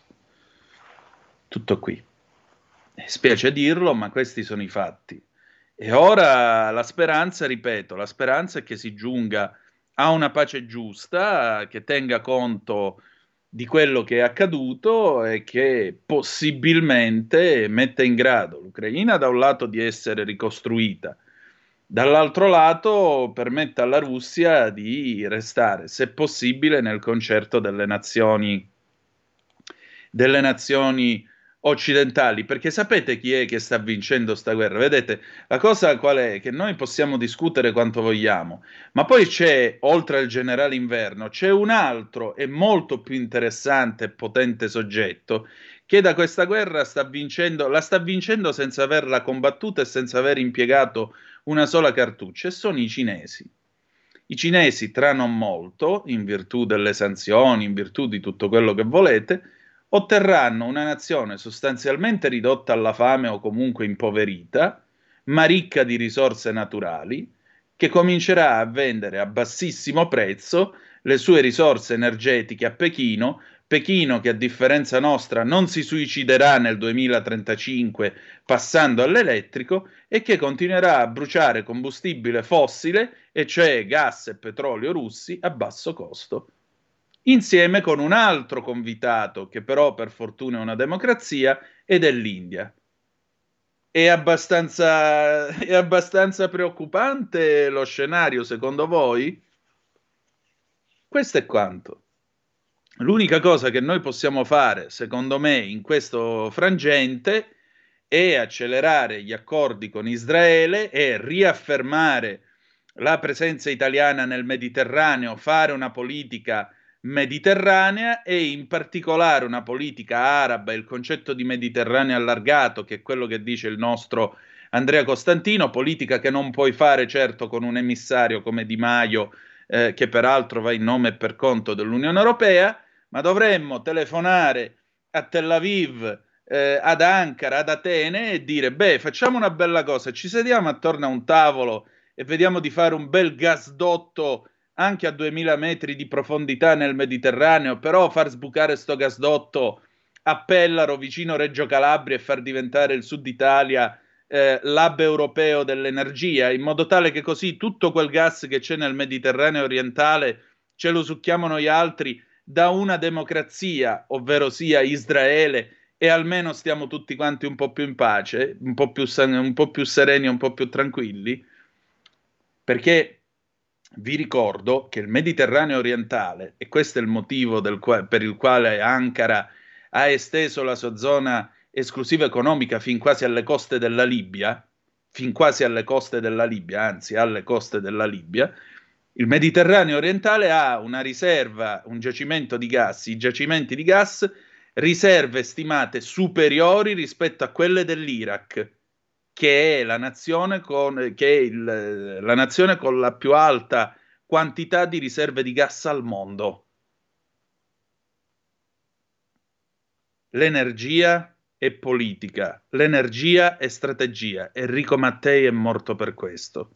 Tutto qui. Spiace dirlo, ma questi sono i fatti. E ora la speranza, ripeto, la speranza è che si giunga a una pace giusta, che tenga conto di quello che è accaduto e che possibilmente metta in grado l'Ucraina da un lato di essere ricostruita, dall'altro lato permetta alla Russia di restare, se possibile, nel concerto delle nazioni, delle nazioni occidentali, perché sapete chi è che sta vincendo sta guerra? Vedete, la cosa qual è? Che noi possiamo discutere quanto vogliamo, ma poi c'è, oltre al generale Inverno, c'è un altro e molto più interessante e potente soggetto che da questa guerra sta vincendo, la sta vincendo senza averla combattuta e senza aver impiegato una sola cartuccia, e sono i cinesi. I cinesi, tra non molto, in virtù delle sanzioni, in virtù di tutto quello che volete, otterranno una nazione sostanzialmente ridotta alla fame o comunque impoverita, ma ricca di risorse naturali, che comincerà a vendere a bassissimo prezzo le sue risorse energetiche a Pechino, Pechino che a differenza nostra non si suiciderà nel duemilatrentacinque passando all'elettrico e che continuerà a bruciare combustibile fossile, e cioè gas e petrolio russi, a basso costo, insieme con un altro convitato che però per fortuna è una democrazia, ed è l'India. È abbastanza, è abbastanza preoccupante lo scenario, secondo voi? Questo è quanto. L'unica cosa che noi possiamo fare, secondo me, in questo frangente è accelerare gli accordi con Israele e riaffermare la presenza italiana nel Mediterraneo, fare una politica mediterranea e in particolare una politica araba, il concetto di Mediterraneo allargato, che è quello che dice il nostro Andrea Costantino, politica che non puoi fare certo con un emissario come Di Maio, eh, che peraltro va in nome e per conto dell'Unione Europea, ma dovremmo telefonare a Tel Aviv, eh, ad Ankara, ad Atene e dire: beh, facciamo una bella cosa, ci sediamo attorno a un tavolo e vediamo di fare un bel gasdotto anche a duemila metri di profondità nel Mediterraneo, però far sbucare sto gasdotto a Pellaro, vicino Reggio Calabria, e far diventare il Sud Italia eh, l'hub europeo dell'energia, in modo tale che così tutto quel gas che c'è nel Mediterraneo orientale ce lo succhiamo noi altri da una democrazia, ovvero sia Israele, e almeno stiamo tutti quanti un po' più in pace, un po' più, un po' più sereni, un po' più tranquilli, perché vi ricordo che il Mediterraneo orientale, e questo è il motivo del qua- per il quale Ankara ha esteso la sua zona esclusiva economica fin quasi alle coste della Libia, fin quasi alle coste della Libia, anzi alle coste della Libia, il Mediterraneo orientale ha una riserva, un giacimento di gas, i giacimenti di gas, riserve stimate superiori rispetto a quelle dell'Iraq, che è la nazione con, che è il, la nazione con la più alta quantità di riserve di gas al mondo. L'energia è politica, l'energia è strategia. Enrico Mattei è morto per questo.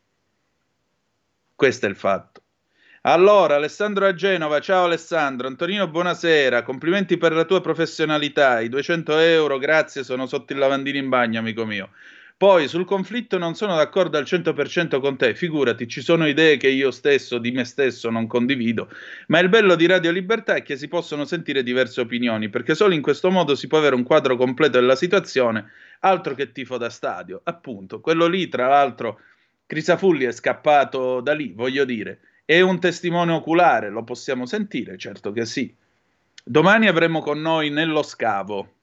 Questo è il fatto. Allora, Alessandro a Genova, ciao Alessandro. Antonino, buonasera, complimenti per la tua professionalità, i duecento euro, grazie, sono sotto il lavandino in bagno, amico mio. Poi, sul conflitto non sono d'accordo al cento per cento con te, figurati, ci sono idee che io stesso, di me stesso, non condivido, ma il bello di Radio Libertà è che si possono sentire diverse opinioni, perché solo in questo modo si può avere un quadro completo della situazione, altro che tifo da stadio. Appunto, quello lì, tra l'altro, Crisafulli è scappato da lì, voglio dire. È un testimone oculare, lo possiamo sentire? Certo che sì. Domani avremo con noi Nello Scavo.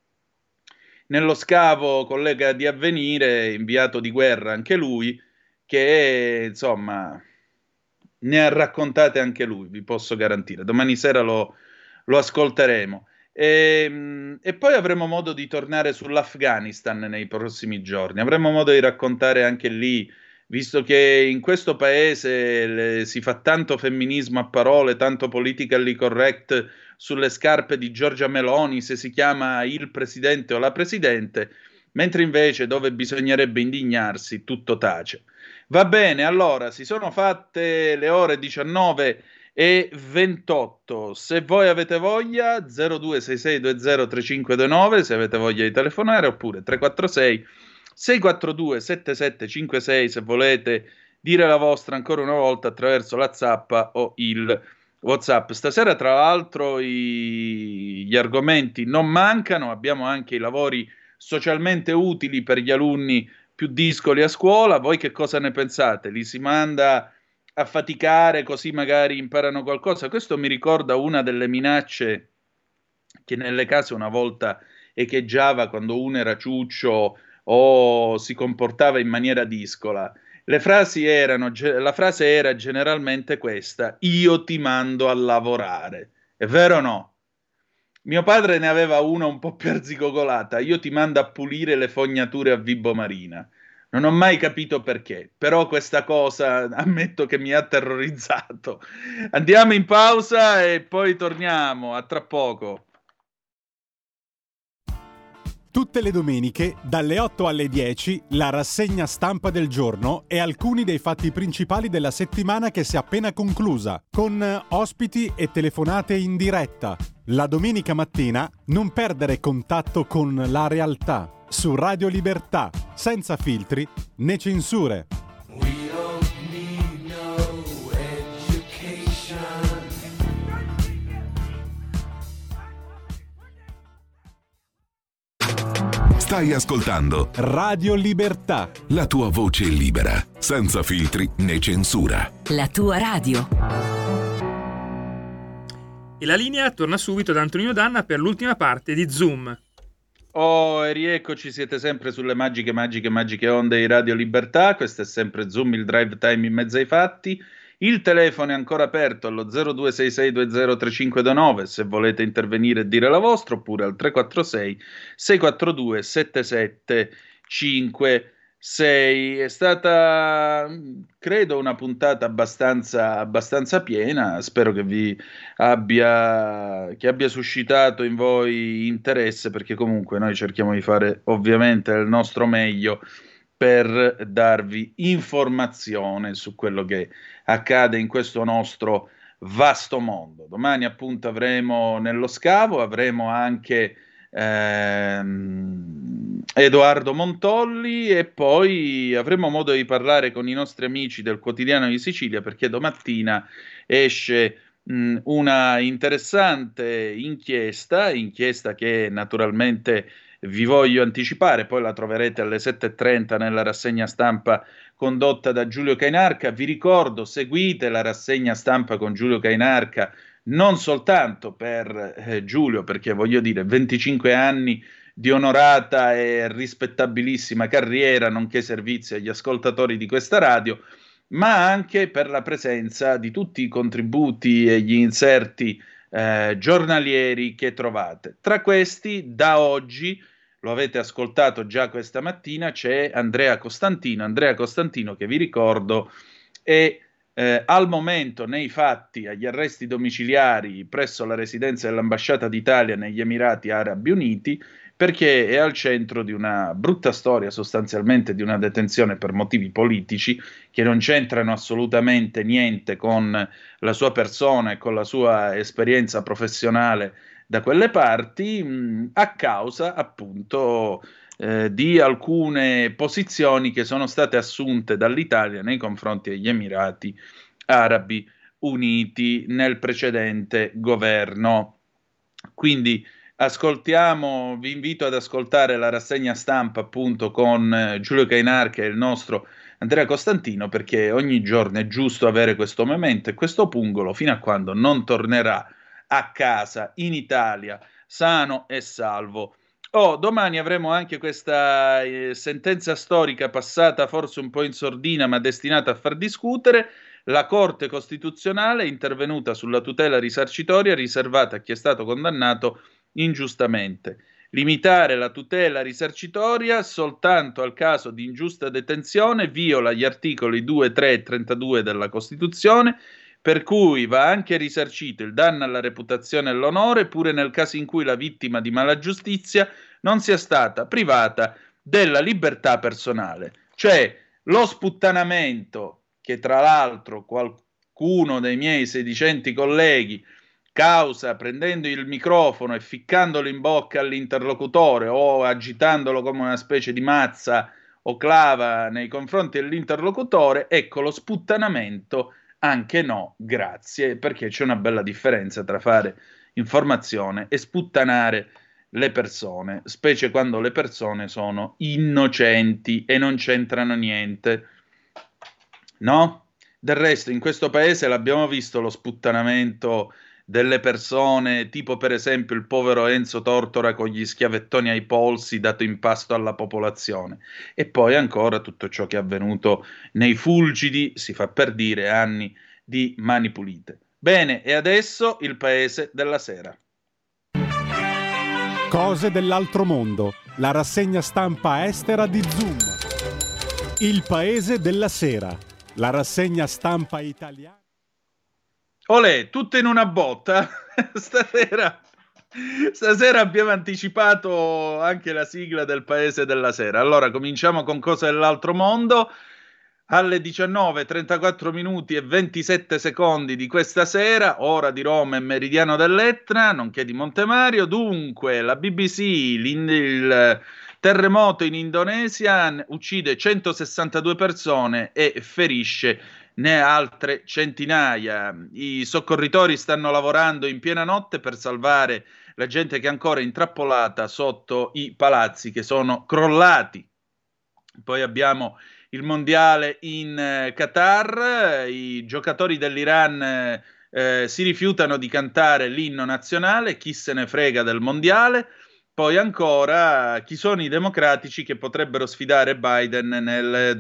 Nello Scavo, collega di Avvenire, inviato di guerra anche lui, che insomma ne ha raccontate anche lui, vi posso garantire. Domani sera lo, lo ascolteremo. E, e poi avremo modo di tornare sull'Afghanistan nei prossimi giorni. Avremo modo di raccontare anche lì, visto che in questo paese le, si fa tanto femminismo a parole, tanto politically correct sulle scarpe di Giorgia Meloni, se si chiama il presidente o la presidente, mentre invece dove bisognerebbe indignarsi tutto tace. Va bene, allora, si sono fatte le ore diciannove e ventotto. Se voi avete voglia, zero due sei sei due zero tre cinque due nove, se avete voglia di telefonare, oppure tre quattro sei sei quattro due sette sette cinque sei se volete dire la vostra ancora una volta attraverso la zappa o il WhatsApp. Stasera tra l'altro i... gli argomenti non mancano, abbiamo anche i lavori socialmente utili per gli alunni più discoli a scuola. Voi che cosa ne pensate? Li si manda a faticare così magari imparano qualcosa? Questo mi ricorda una delle minacce che nelle case una volta echeggiava quando uno era ciuccio o si comportava in maniera discola. Le frasi erano, la frase era generalmente questa: io ti mando a lavorare. È vero o no? Mio padre ne aveva una un po' più arzigogolata: io ti mando a pulire le fognature a Vibo Marina. Non ho mai capito perché, però questa cosa ammetto che mi ha terrorizzato. Andiamo in pausa e poi torniamo, a tra poco. Tutte le domeniche, dalle otto alle dieci, la rassegna stampa del giorno e alcuni dei fatti principali della settimana che si è appena conclusa, con ospiti e telefonate in diretta. La domenica mattina non perdere contatto con la realtà, su Radio Libertà, senza filtri né censure. Stai ascoltando Radio Libertà, la tua voce libera, senza filtri né censura. La tua radio. E la linea torna subito da Antonino Danna per l'ultima parte di Zoom. Oh, e rieccoci, siete sempre sulle magiche, magiche, magiche onde di Radio Libertà. Questo è sempre Zoom, il drive time in mezzo ai fatti. Il telefono è ancora aperto allo zero due sei sei due zero tre cinque due nove se volete intervenire e dire la vostra, oppure al tre quattro sei sei quattro due sette sette cinque sei. È stata, credo, una puntata abbastanza, abbastanza piena. Spero che vi abbia, che abbia suscitato in voi interesse, perché comunque noi cerchiamo di fare ovviamente il nostro meglio per darvi informazione su quello che accade in questo nostro vasto mondo. Domani appunto avremo nello scavo, avremo anche ehm, Edoardo Montolli, e poi avremo modo di parlare con i nostri amici del Quotidiano di Sicilia, perché domattina esce mh, una interessante inchiesta, inchiesta che naturalmente vi voglio anticipare, poi la troverete alle sette e trenta nella rassegna stampa condotta da Giulio Cainarca. Vi ricordo, seguite la rassegna stampa con Giulio Cainarca, non soltanto per eh, Giulio, perché voglio dire, venticinque anni di onorata e rispettabilissima carriera, nonché servizi agli ascoltatori di questa radio, ma anche per la presenza di tutti i contributi e gli inserti eh, giornalieri che trovate. Tra questi, da oggi, lo avete ascoltato già questa mattina, c'è Andrea Costantino, Andrea Costantino che vi ricordo è eh, al momento nei fatti agli arresti domiciliari presso la residenza dell'Ambasciata d'Italia negli Emirati Arabi Uniti, perché è al centro di una brutta storia, sostanzialmente di una detenzione per motivi politici che non c'entrano assolutamente niente con la sua persona e con la sua esperienza professionale da quelle parti, mh, a causa appunto eh, di alcune posizioni che sono state assunte dall'Italia nei confronti degli Emirati Arabi Uniti nel precedente governo. Quindi ascoltiamo, vi invito ad ascoltare la rassegna stampa appunto con eh, Giulio Cainarca e il nostro Andrea Costantino, perché ogni giorno è giusto avere questo momento e questo pungolo fino a quando non tornerà a casa in Italia sano e salvo. Oh, domani avremo anche questa eh, sentenza storica passata forse un po' in sordina, ma destinata a far discutere. La Corte Costituzionale è intervenuta sulla tutela risarcitoria riservata a chi è stato condannato ingiustamente. Limitare la tutela risarcitoria soltanto al caso di ingiusta detenzione viola gli articoli due, tre e trentadue della Costituzione, per cui va anche risarcito il danno alla reputazione e all'onore, pure nel caso in cui la vittima di malagiustizia non sia stata privata della libertà personale. Cioè, lo sputtanamento, che tra l'altro qualcuno dei miei sedicenti colleghi causa prendendo il microfono e ficcandolo in bocca all'interlocutore o agitandolo come una specie di mazza o clava nei confronti dell'interlocutore, ecco, lo sputtanamento anche no, grazie, perché c'è una bella differenza tra fare informazione e sputtanare le persone, specie quando le persone sono innocenti e non c'entrano niente, no? Del resto in questo paese l'abbiamo visto lo sputtanamento delle persone, tipo per esempio il povero Enzo Tortora con gli schiavettoni ai polsi dato in pasto alla popolazione. E poi ancora tutto ciò che è avvenuto nei fulgidi, si fa per dire, anni di Mani Pulite. Bene, e adesso il Paese della Sera. Cose dell'altro mondo, la rassegna stampa estera di Zoom. Il Paese della Sera, la rassegna stampa italiana. Olè, tutto in una botta. Stasera, stasera abbiamo anticipato anche la sigla del Paese della Sera. Allora, cominciamo con Cose dell'altro mondo. Alle diciannove e trentaquattro minuti e ventisette secondi di questa sera, ora di Roma e meridiano dell'Etna, nonché di Montemario. Dunque, la B B C, il terremoto in Indonesia uccide centosessantadue persone e ferisce ne altre centinaia. I soccorritori stanno lavorando in piena notte per salvare la gente che è ancora intrappolata sotto i palazzi che sono crollati. Poi abbiamo il mondiale in eh, Qatar, i giocatori dell'Iran eh, eh, si rifiutano di cantare l'inno nazionale, chi se ne frega del mondiale. Poi ancora, chi sono i democratici che potrebbero sfidare Biden nel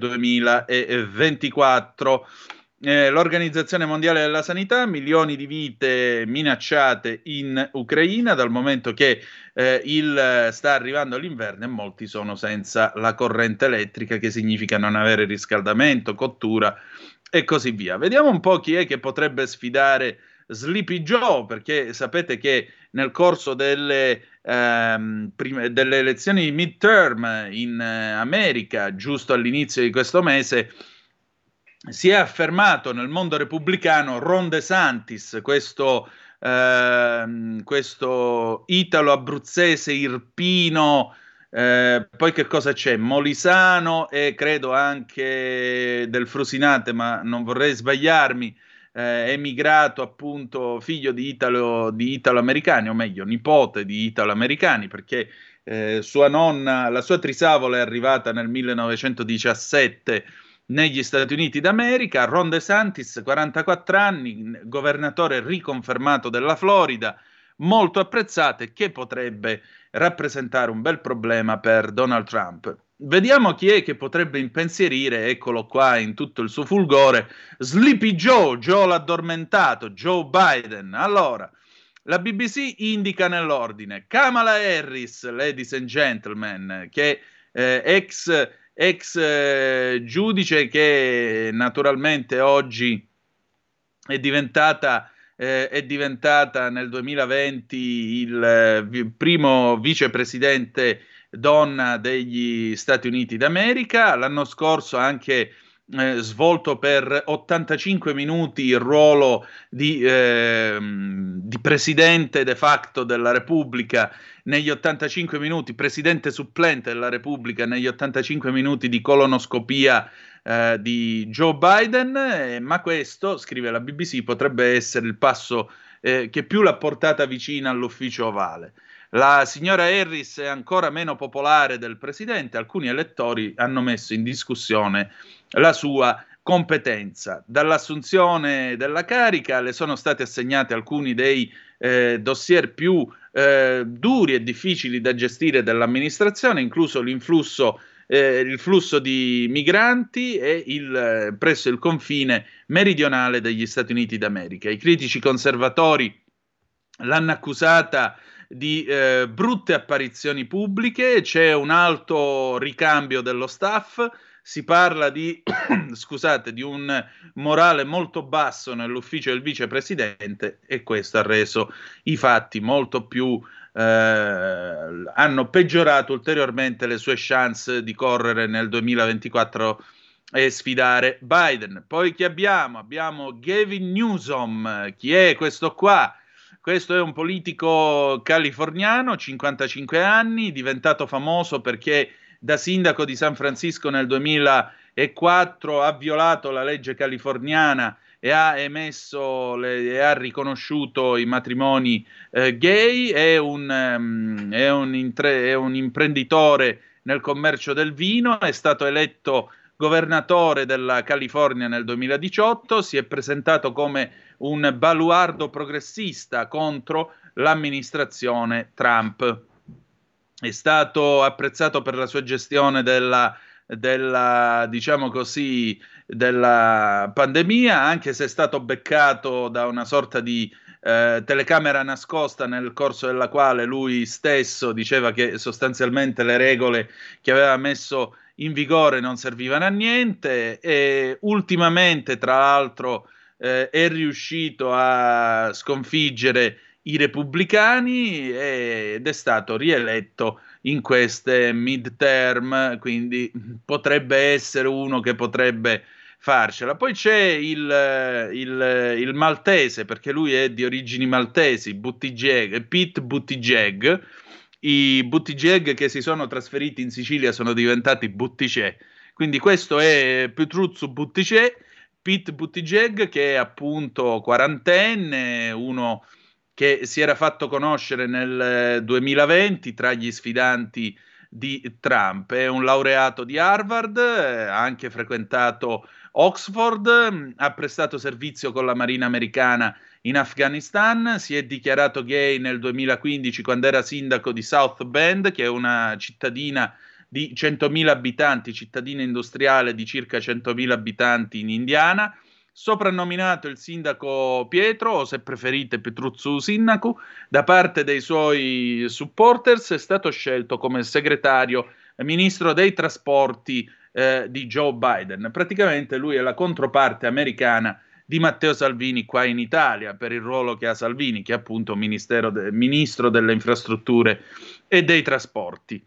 duemilaventiquattro? Eh, L'Organizzazione Mondiale della Sanità, milioni di vite minacciate in Ucraina dal momento che eh, il, sta arrivando l'inverno e molti sono senza la corrente elettrica, che significa non avere riscaldamento, cottura e così via. Vediamo un po' chi è che potrebbe sfidare Sleepy Joe, perché sapete che nel corso delle, ehm, prime, delle elezioni di midterm in eh, America, giusto all'inizio di questo mese, si è affermato nel mondo repubblicano Ron DeSantis, questo, eh, questo italo-abruzzese irpino, eh, poi che cosa c'è? Molisano e credo anche del Frusinate, ma non vorrei sbagliarmi, eh, emigrato appunto figlio di, italo, di italo-americani, o meglio nipote di italo-americani, perché eh, sua nonna, la sua trisavola è arrivata nel millenovecentodiciassette negli Stati Uniti d'America. Ron DeSantis, quarantaquattro anni, governatore riconfermato della Florida, molto apprezzato e che potrebbe rappresentare un bel problema per Donald Trump. Vediamo chi è che potrebbe impensierire, eccolo qua in tutto il suo fulgore, Sleepy Joe, Joe l'addormentato, Joe Biden. Allora, la B B C indica nell'ordine Kamala Harris, ladies and gentlemen, che eh, ex... ex eh, giudice che naturalmente oggi è diventata, eh, è diventata nel duemilaventi il eh, primo vicepresidente donna degli Stati Uniti d'America. L'anno scorso ha anche eh, svolto per ottantacinque minuti il ruolo di, eh, di presidente de facto della Repubblica negli ottantacinque minuti, presidente supplente della Repubblica negli ottantacinque minuti di colonoscopia eh, di Joe Biden, eh, ma questo, scrive la B B C, potrebbe essere il passo eh, che più l'ha portata vicina all'ufficio ovale. La signora Harris è ancora meno popolare del presidente, alcuni elettori hanno messo in discussione la sua competenza. Dall'assunzione della carica le sono stati assegnati alcuni dei eh, dossier più eh, duri e difficili da gestire dell'amministrazione, incluso l'influsso, eh, il flusso di migranti e il, eh, presso il confine meridionale degli Stati Uniti d'America. I critici conservatori l'hanno accusata di eh, brutte apparizioni pubbliche, c'è un alto ricambio dello staff, si parla di, scusate, di un morale molto basso nell'ufficio del vicepresidente e questo ha reso i fatti molto più, eh, hanno peggiorato ulteriormente le sue chance di correre nel duemilaventiquattro e sfidare Biden. Poi chi abbiamo? Abbiamo Gavin Newsom, chi è questo qua? Questo è un politico californiano, cinquantacinque anni, diventato famoso perché da sindaco di San Francisco nel duemilaquattro ha violato la legge californiana e ha emesso le, e ha riconosciuto i matrimoni eh, gay, è un, um, è, un intre, è un imprenditore nel commercio del vino, è stato eletto governatore della California nel duemiladiciotto, si è presentato come un baluardo progressista contro l'amministrazione Trump. È stato apprezzato per la sua gestione della, della diciamo così, della pandemia, anche se è stato beccato da una sorta di eh, telecamera nascosta nel corso della quale lui stesso diceva che sostanzialmente le regole che aveva messo in vigore non servivano a niente, e ultimamente tra l'altro eh, è riuscito a sconfiggere i repubblicani ed è stato rieletto in queste midterm, quindi potrebbe essere uno che potrebbe farcela. Poi c'è il, il, il maltese, perché lui è di origini maltesi, Buttigieg, Pete Buttigieg. I Buttigieg che si sono trasferiti in Sicilia sono diventati Buttigieg, quindi questo è Pietruzzo Buttigieg, Pete Buttigieg, che è appunto quarantenne, uno che si era fatto conoscere nel duemilaventi tra gli sfidanti di Trump. È un laureato di Harvard, ha anche frequentato Oxford, ha prestato servizio con la Marina americana in Afghanistan, si è dichiarato gay nel duemilaquindici quando era sindaco di South Bend, che è una cittadina di centomila abitanti, cittadina industriale di circa centomila abitanti in Indiana. Soprannominato il sindaco Pietro, o se preferite Petruzzu Sindacu, da parte dei suoi supporters, è stato scelto come segretario ministro dei trasporti eh, di Joe Biden. Praticamente lui è la controparte americana di Matteo Salvini qua in Italia, per il ruolo che ha Salvini, che è appunto ministero de- ministro delle infrastrutture e dei trasporti.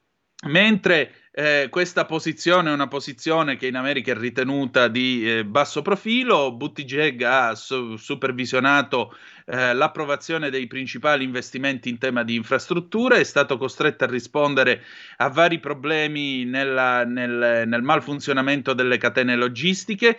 Mentre eh, questa posizione è una posizione che in America è ritenuta di eh, basso profilo, Buttigieg ha su- supervisionato eh, l'approvazione dei principali investimenti in tema di infrastrutture, è stato costretto a rispondere a vari problemi nella, nel, nel malfunzionamento delle catene logistiche,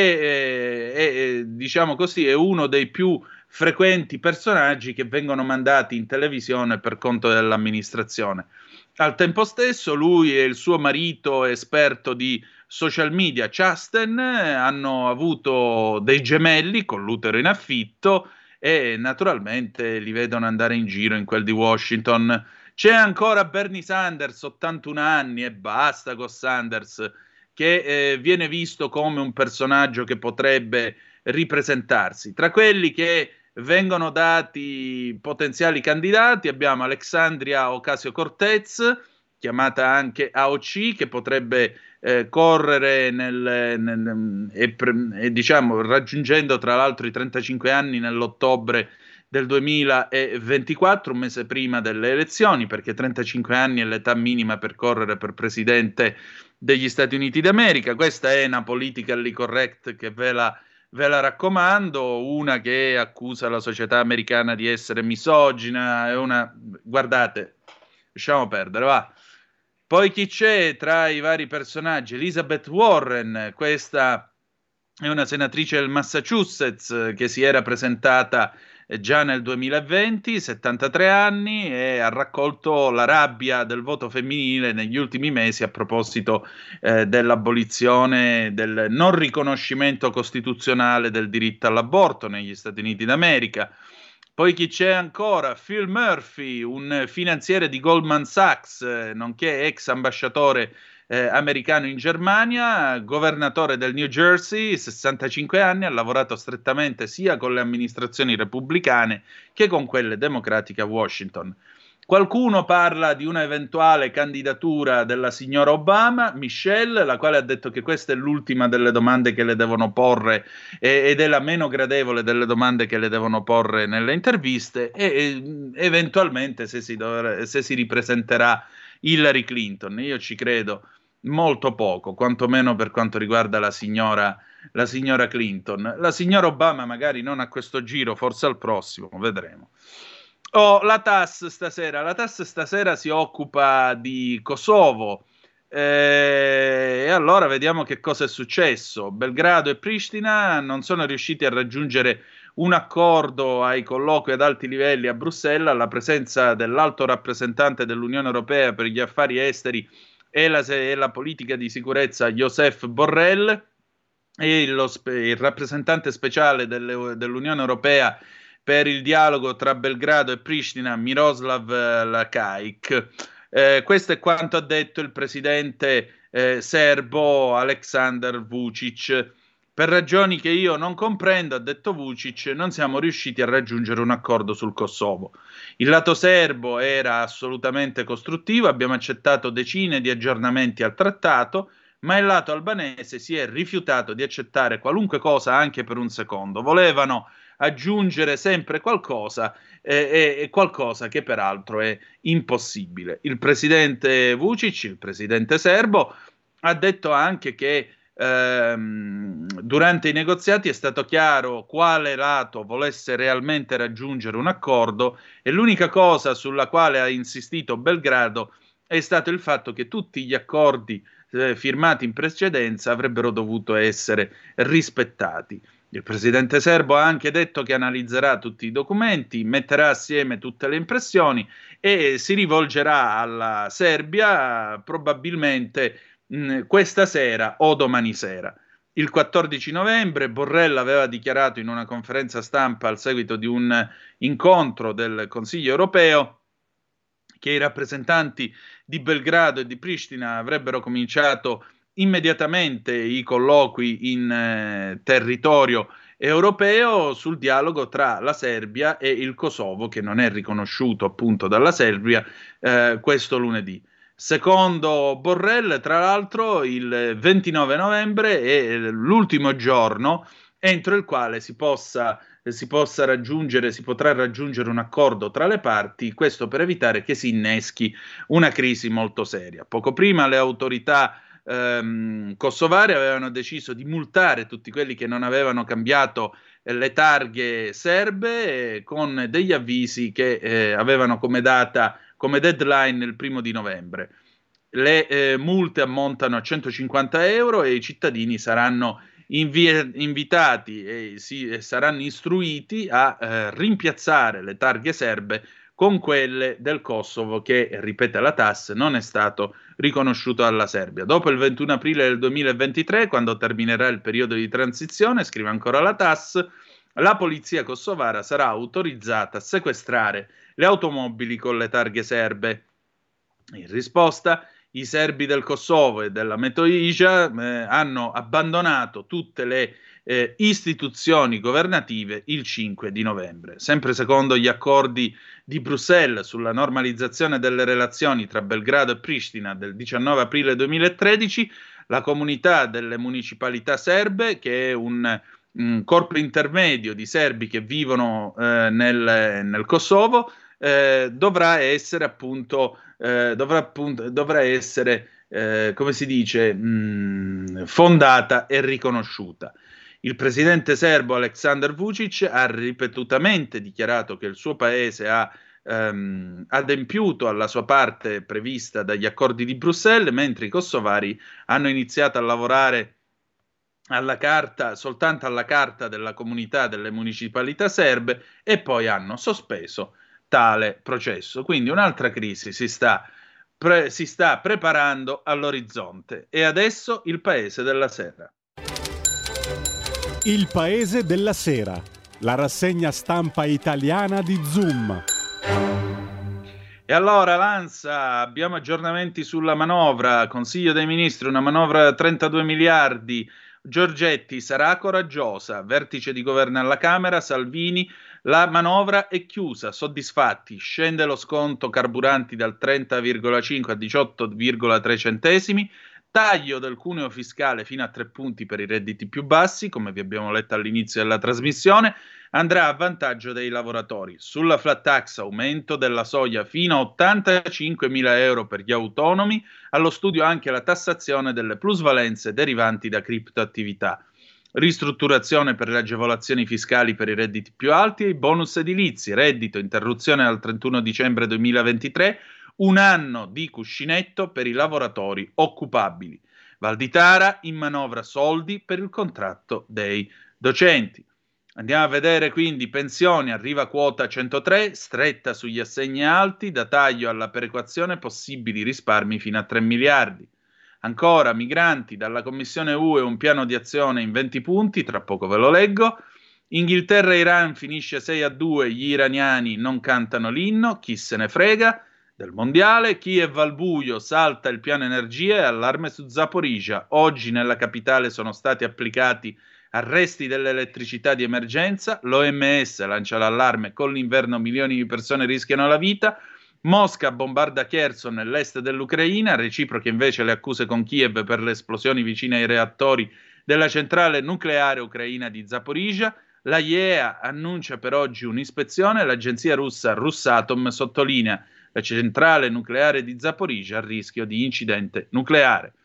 che eh, è, diciamo così, è uno dei più frequenti personaggi che vengono mandati in televisione per conto dell'amministrazione. Al tempo stesso lui e il suo marito esperto di social media, Chasten, hanno avuto dei gemelli con l'utero in affitto e naturalmente li vedono andare in giro in quel di Washington. C'è ancora Bernie Sanders, ottantuno anni e basta con Sanders, che eh, viene visto come un personaggio che potrebbe ripresentarsi. Tra quelli che vengono dati potenziali candidati abbiamo Alexandria Ocasio-Cortez, chiamata anche A O C, che potrebbe eh, correre nel, nel, e, e diciamo raggiungendo tra l'altro i trentacinque anni nell'ottobre del duemilaventiquattro, un mese prima delle elezioni, perché trentacinque anni è l'età minima per correre per presidente degli Stati Uniti d'America. Questa è una politically correct che ve la Ve la raccomando, una che accusa la società americana di essere misogina, è una... guardate, lasciamo perdere, va. Poi chi c'è tra i vari personaggi? Elizabeth Warren, questa è una senatrice del Massachusetts che si era presentata già nel duemilaventi, settantatré anni, e ha raccolto la rabbia del voto femminile negli ultimi mesi a proposito eh, dell'abolizione del non riconoscimento costituzionale del diritto all'aborto negli Stati Uniti d'America. Poi chi c'è ancora? Phil Murphy, un finanziere di Goldman Sachs, eh, nonché ex ambasciatore Eh, americano in Germania, governatore del New Jersey, sessantacinque anni, ha lavorato strettamente sia con le amministrazioni repubblicane che con quelle democratiche a Washington. Qualcuno parla di una eventuale candidatura della signora Obama, Michelle, la quale ha detto che questa è l'ultima delle domande che le devono porre eh, ed è la meno gradevole delle domande che le devono porre nelle interviste, e, e eventualmente se si, dovre- se si ripresenterà Hillary Clinton. Io ci credo molto poco, quantomeno per quanto riguarda la signora, la signora Clinton. La signora Obama magari non a questo giro, forse al prossimo, vedremo. Oh, la T A S stasera, la T A S stasera si occupa di Kosovo, eh, e allora vediamo che cosa è successo. Belgrado e Pristina non sono riusciti a raggiungere un accordo ai colloqui ad alti livelli a Bruxelles, alla presenza dell'alto rappresentante dell'Unione Europea per gli affari esteri e la, e la politica di sicurezza Josep Borrell e lo, il rappresentante speciale delle, dell'Unione Europea per il dialogo tra Belgrado e Pristina, Miroslav Lajčák. Eh, questo è quanto ha detto il presidente eh, serbo Aleksandar Vučić. Per ragioni che io non comprendo, ha detto Vučić, non siamo riusciti a raggiungere un accordo sul Kosovo. Il lato serbo era assolutamente costruttivo, abbiamo accettato decine di aggiornamenti al trattato, ma il lato albanese si è rifiutato di accettare qualunque cosa anche per un secondo. Volevano aggiungere sempre qualcosa eh, e qualcosa che peraltro è impossibile. Il presidente Vučić, il presidente serbo, ha detto anche che ehm, durante i negoziati è stato chiaro quale lato volesse realmente raggiungere un accordo e l'unica cosa sulla quale ha insistito Belgrado è stato il fatto che tutti gli accordi eh, firmati in precedenza avrebbero dovuto essere rispettati. Il presidente serbo ha anche detto che analizzerà tutti i documenti, metterà assieme tutte le impressioni e si rivolgerà alla Serbia probabilmente mh, questa sera o domani sera. Il quattordici novembre Borrell aveva dichiarato in una conferenza stampa al seguito di un incontro del Consiglio europeo che i rappresentanti di Belgrado e di Pristina avrebbero cominciato immediatamente i colloqui in eh, territorio europeo sul dialogo tra la Serbia e il Kosovo, che non è riconosciuto appunto dalla Serbia, eh, questo lunedì. Secondo Borrell, tra l'altro, il ventinove novembre è l'ultimo giorno entro il quale si possa, si possa raggiungere, si potrà raggiungere un accordo tra le parti, questo per evitare che si inneschi una crisi molto seria. Poco prima le autorità Ehm, kosovare avevano deciso di multare tutti quelli che non avevano cambiato eh, le targhe serbe eh, con degli avvisi che eh, avevano come data, come deadline il primo di novembre. Le eh, multe ammontano a centocinquanta euro e i cittadini saranno invi- invitati e, si, e saranno istruiti a eh, rimpiazzare le targhe serbe con quelle del Kosovo che, ripete la T A S, non è stato riconosciuto alla Serbia. Dopo il ventuno aprile del duemilaventitré, quando terminerà il periodo di transizione, scrive ancora la T A S, la polizia kosovara sarà autorizzata a sequestrare le automobili con le targhe serbe. In risposta, i serbi del Kosovo e della Metohija eh, hanno abbandonato tutte le eh, istituzioni governative il cinque di novembre. Sempre secondo gli accordi di Bruxelles sulla normalizzazione delle relazioni tra Belgrado e Pristina del diciannove aprile duemilatredici, la comunità delle municipalità serbe, che è un, un corpo intermedio di serbi che vivono eh, nel, nel Kosovo, eh, dovrà essere appunto eh, dovrà appunto dovrà essere eh, come si dice mh, fondata e riconosciuta. Il presidente serbo Aleksandar Vučić ha ripetutamente dichiarato che il suo paese ha ehm, adempiuto alla sua parte prevista dagli accordi di Bruxelles, mentre i kosovari hanno iniziato a lavorare alla carta, soltanto alla carta della comunità delle municipalità serbe e poi hanno sospeso tale processo. Quindi un'altra crisi si sta, pre- si sta preparando all'orizzonte. E adesso il paese della sera. Il paese della sera, la rassegna stampa italiana di Zoom. E allora l'ANSA, abbiamo aggiornamenti sulla manovra, Consiglio dei Ministri, una manovra da trentadue miliardi, Giorgetti sarà coraggiosa, vertice di governo alla Camera, Salvini, la manovra è chiusa, soddisfatti, scende lo sconto carburanti dal trenta virgola cinque a diciotto virgola tre centesimi, taglio del cuneo fiscale fino a tre punti per i redditi più bassi, come vi abbiamo letto all'inizio della trasmissione, andrà a vantaggio dei lavoratori. Sulla flat tax aumento della soglia fino a ottantacinquemila euro per gli autonomi, allo studio anche la tassazione delle plusvalenze derivanti da criptoattività. Ristrutturazione per le agevolazioni fiscali per i redditi più alti e i bonus edilizi, reddito, interruzione al trentuno dicembre duemilaventitré, un anno di cuscinetto per i lavoratori occupabili. Valditara in manovra soldi per il contratto dei docenti. Andiamo a vedere quindi pensioni, arriva quota centotré, stretta sugli assegni alti, da taglio alla perequazione possibili risparmi fino a tre miliardi. Ancora, migranti, dalla Commissione U E un piano di azione in venti punti, tra poco ve lo leggo. Inghilterra e Iran finisce sei a due, gli iraniani non cantano l'inno, chi se ne frega del mondiale. Kiev al buio, salta il piano energia e allarme su Zaporizhzhia. Oggi nella capitale sono stati applicati arresti dell'elettricità di emergenza, l'O M S lancia l'allarme, con l'inverno milioni di persone rischiano la vita. Mosca bombarda Kherson nell'est dell'Ucraina, reciproche invece le accuse con Kiev per le esplosioni vicine ai reattori della centrale nucleare ucraina di Zaporizhzhia. La I E A annuncia per oggi un'ispezione, l'agenzia russa Russatom sottolinea la centrale nucleare di Zaporizhzhia a rischio di incidente nucleare.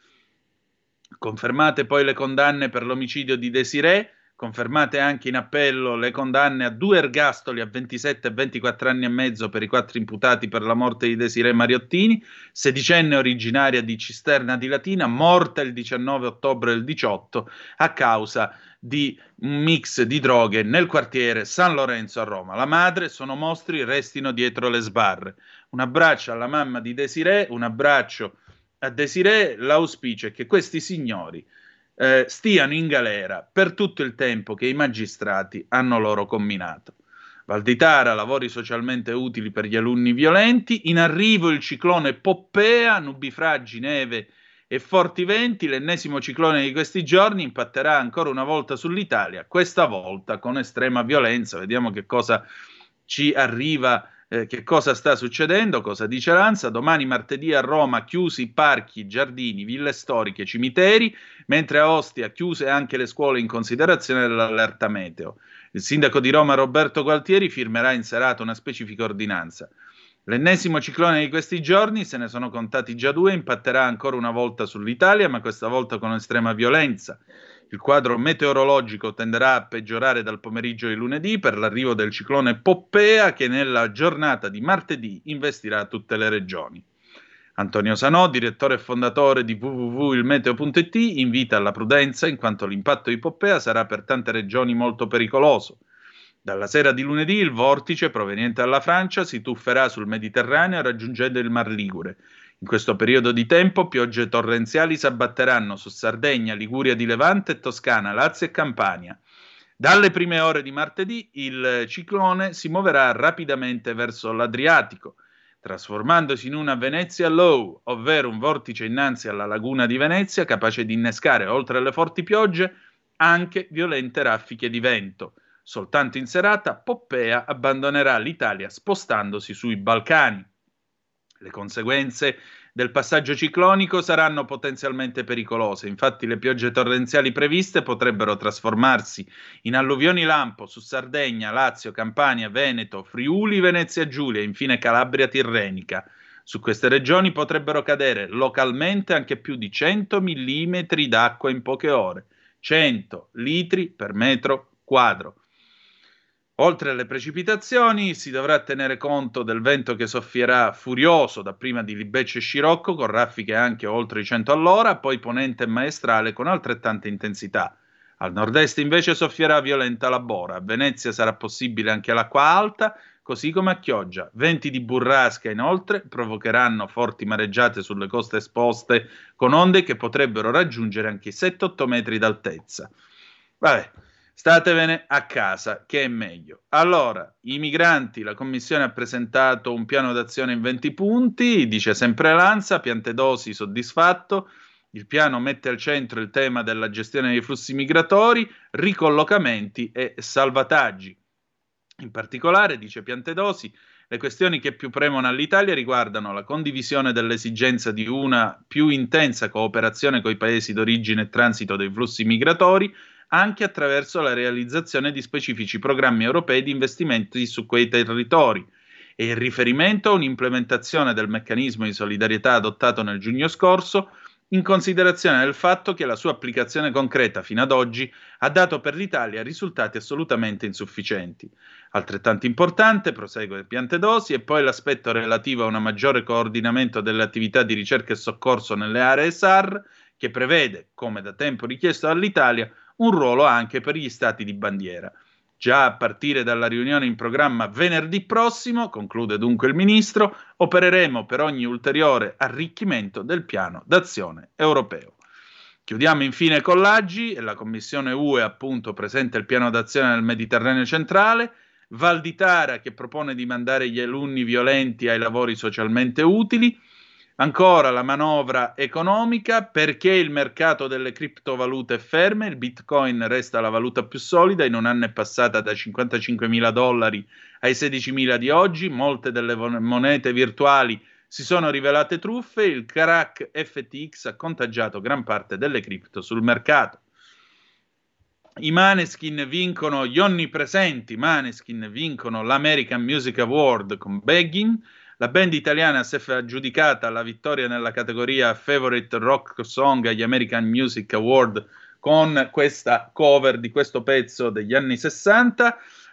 Confermate poi le condanne per l'omicidio di Desirée, confermate anche in appello le condanne a due ergastoli a ventisette e ventiquattro anni e mezzo per i quattro imputati per la morte di Desirée Mariottini, sedicenne originaria di Cisterna di Latina, morta il diciannove ottobre del diciotto a causa di un mix di droghe nel quartiere San Lorenzo a Roma. La madre: sono mostri, restino dietro le sbarre. Un abbraccio alla mamma di Desirée, un abbraccio a Desirée. L'auspicio è che questi signori eh, stiano in galera per tutto il tempo che i magistrati hanno loro comminato. Valditara, lavori socialmente utili per gli alunni violenti. In arrivo il ciclone Poppea, nubifragi, neve e forti venti. L'ennesimo ciclone di questi giorni impatterà ancora una volta sull'Italia, questa volta con estrema violenza. Vediamo che cosa ci arriva. Eh, che cosa sta succedendo, cosa dice l'ANSA. Domani martedì a Roma chiusi parchi, giardini, ville storiche, cimiteri, mentre a Ostia chiuse anche le scuole in considerazione dell'allerta meteo. Il sindaco di Roma Roberto Gualtieri firmerà in serata una specifica ordinanza. L'ennesimo ciclone di questi giorni, se ne sono contati già due, impatterà ancora una volta sull'Italia, ma questa volta con estrema violenza. Il quadro meteorologico tenderà a peggiorare dal pomeriggio di lunedì per l'arrivo del ciclone Poppea, che nella giornata di martedì investirà tutte le regioni. Antonio Sanò, direttore e fondatore di w w w punto il meteo punto i t, invita alla prudenza in quanto l'impatto di Poppea sarà per tante regioni molto pericoloso. Dalla sera di lunedì il vortice proveniente dalla Francia si tufferà sul Mediterraneo raggiungendo il Mar Ligure. In questo periodo di tempo piogge torrenziali si abbatteranno su Sardegna, Liguria di Levante e Toscana, Lazio e Campania. Dalle prime ore di martedì il ciclone si muoverà rapidamente verso l'Adriatico, trasformandosi in una Venezia low, ovvero un vortice innanzi alla laguna di Venezia, capace di innescare, oltre alle forti piogge, anche violente raffiche di vento. Soltanto in serata Poppea abbandonerà l'Italia spostandosi sui Balcani. Le conseguenze del passaggio ciclonico saranno potenzialmente pericolose, infatti le piogge torrenziali previste potrebbero trasformarsi in alluvioni lampo su Sardegna, Lazio, Campania, Veneto, Friuli, Venezia Giulia e infine Calabria Tirrenica. Su queste regioni potrebbero cadere localmente anche più di cento millimetri d'acqua in poche ore, cento litri per metro quadro. Oltre alle precipitazioni si dovrà tenere conto del vento che soffierà furioso dapprima di Libeccio e Scirocco con raffiche anche oltre i cento all'ora, poi ponente e maestrale con altrettanta intensità. Al nord-est invece soffierà violenta la Bora. A Venezia sarà possibile anche l'acqua alta, così come a Chioggia. Venti di burrasca inoltre provocheranno forti mareggiate sulle coste esposte con onde che potrebbero raggiungere anche i sette otto metri d'altezza. Vabbè. Statevene a casa, che è meglio. Allora, i migranti, la Commissione ha presentato un piano d'azione in venti punti, dice sempre l'ANSA, Piantedosi soddisfatto, il piano mette al centro il tema della gestione dei flussi migratori, ricollocamenti e salvataggi. In particolare, dice Piantedosi, le questioni che più premono all'Italia riguardano la condivisione dell'esigenza di una più intensa cooperazione con i paesi d'origine e transito dei flussi migratori, anche attraverso la realizzazione di specifici programmi europei di investimenti su quei territori e il riferimento a un'implementazione del meccanismo di solidarietà adottato nel giugno scorso, in considerazione del fatto che la sua applicazione concreta fino ad oggi ha dato per l'Italia risultati assolutamente insufficienti. Altrettanto importante, prosegue Piantedosi, è poi l'aspetto relativo a un maggiore coordinamento delle attività di ricerca e soccorso nelle aree S A R, che prevede, come da tempo richiesto dall'Italia, un ruolo anche per gli stati di bandiera. già a partire dalla riunione in programma venerdì prossimo, conclude dunque il ministro, opereremo per ogni ulteriore arricchimento del piano d'azione europeo. Chiudiamo infine con l'A G I e la Commissione U E appunto presenta il piano d'azione nel Mediterraneo centrale, Valditara che propone di mandare gli alunni violenti ai lavori socialmente utili, ancora la manovra economica, perché il mercato delle criptovalute è ferme, il Bitcoin resta la valuta più solida, in un anno è passata da cinquantacinquemila dollari ai sedicimila di oggi, molte delle monete virtuali si sono rivelate truffe, il crack F T X ha contagiato gran parte delle cripto sul mercato. I Maneskin vincono, gli onnipresenti Maneskin vincono l'American Music Award con Beggin', la band italiana si è aggiudicata la vittoria nella categoria Favorite Rock Song agli American Music Award con questa cover di questo pezzo degli anni sessanta.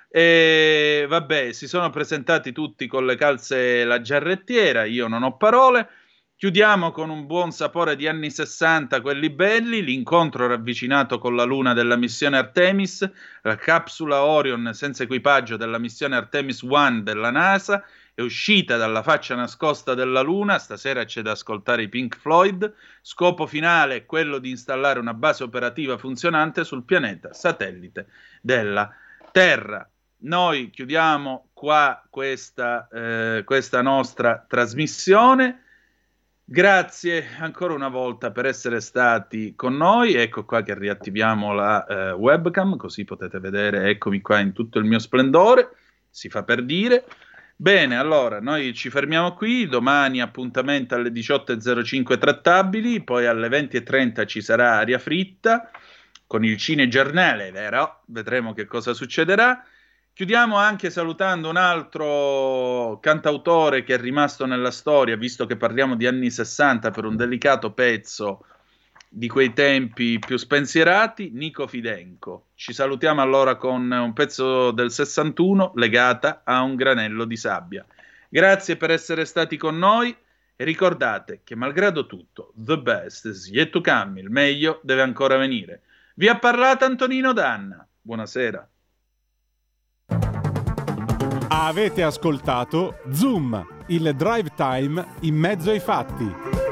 E vabbè, si sono presentati tutti con le calze e la giarrettiera, io non ho parole. Chiudiamo con un buon sapore di anni sessanta, quelli belli, l'incontro ravvicinato con la luna della missione Artemis, la capsula Orion senza equipaggio della missione Artemis uno della NASA, è uscita dalla faccia nascosta della Luna, stasera c'è da ascoltare i Pink Floyd, scopo finale è quello di installare una base operativa funzionante sul pianeta satellite della Terra. Noi chiudiamo qua questa, eh, questa nostra trasmissione. Grazie ancora una volta per essere stati con noi. Ecco qua che riattiviamo la eh, webcam, così potete vedere, eccomi qua in tutto il mio splendore, si fa per dire. Bene, allora noi ci fermiamo qui, domani appuntamento alle diciotto e zero cinque trattabili, poi alle venti e trenta ci sarà Aria Fritta con il cinegiornale, vero? Vedremo che cosa succederà. Chiudiamo anche salutando un altro cantautore che è rimasto nella storia, visto che parliamo di anni sessanta per un delicato pezzo di quei tempi più spensierati, Nico Fidenco. Ci salutiamo allora con un pezzo del sessantuno, Legata a un granello di sabbia. Grazie per essere stati con noi e ricordate che malgrado tutto, the best is yet to come, il meglio deve ancora venire. Vi ha parlato Antonino Danna. Buonasera. Avete ascoltato Zoom, il drive time in mezzo ai fatti.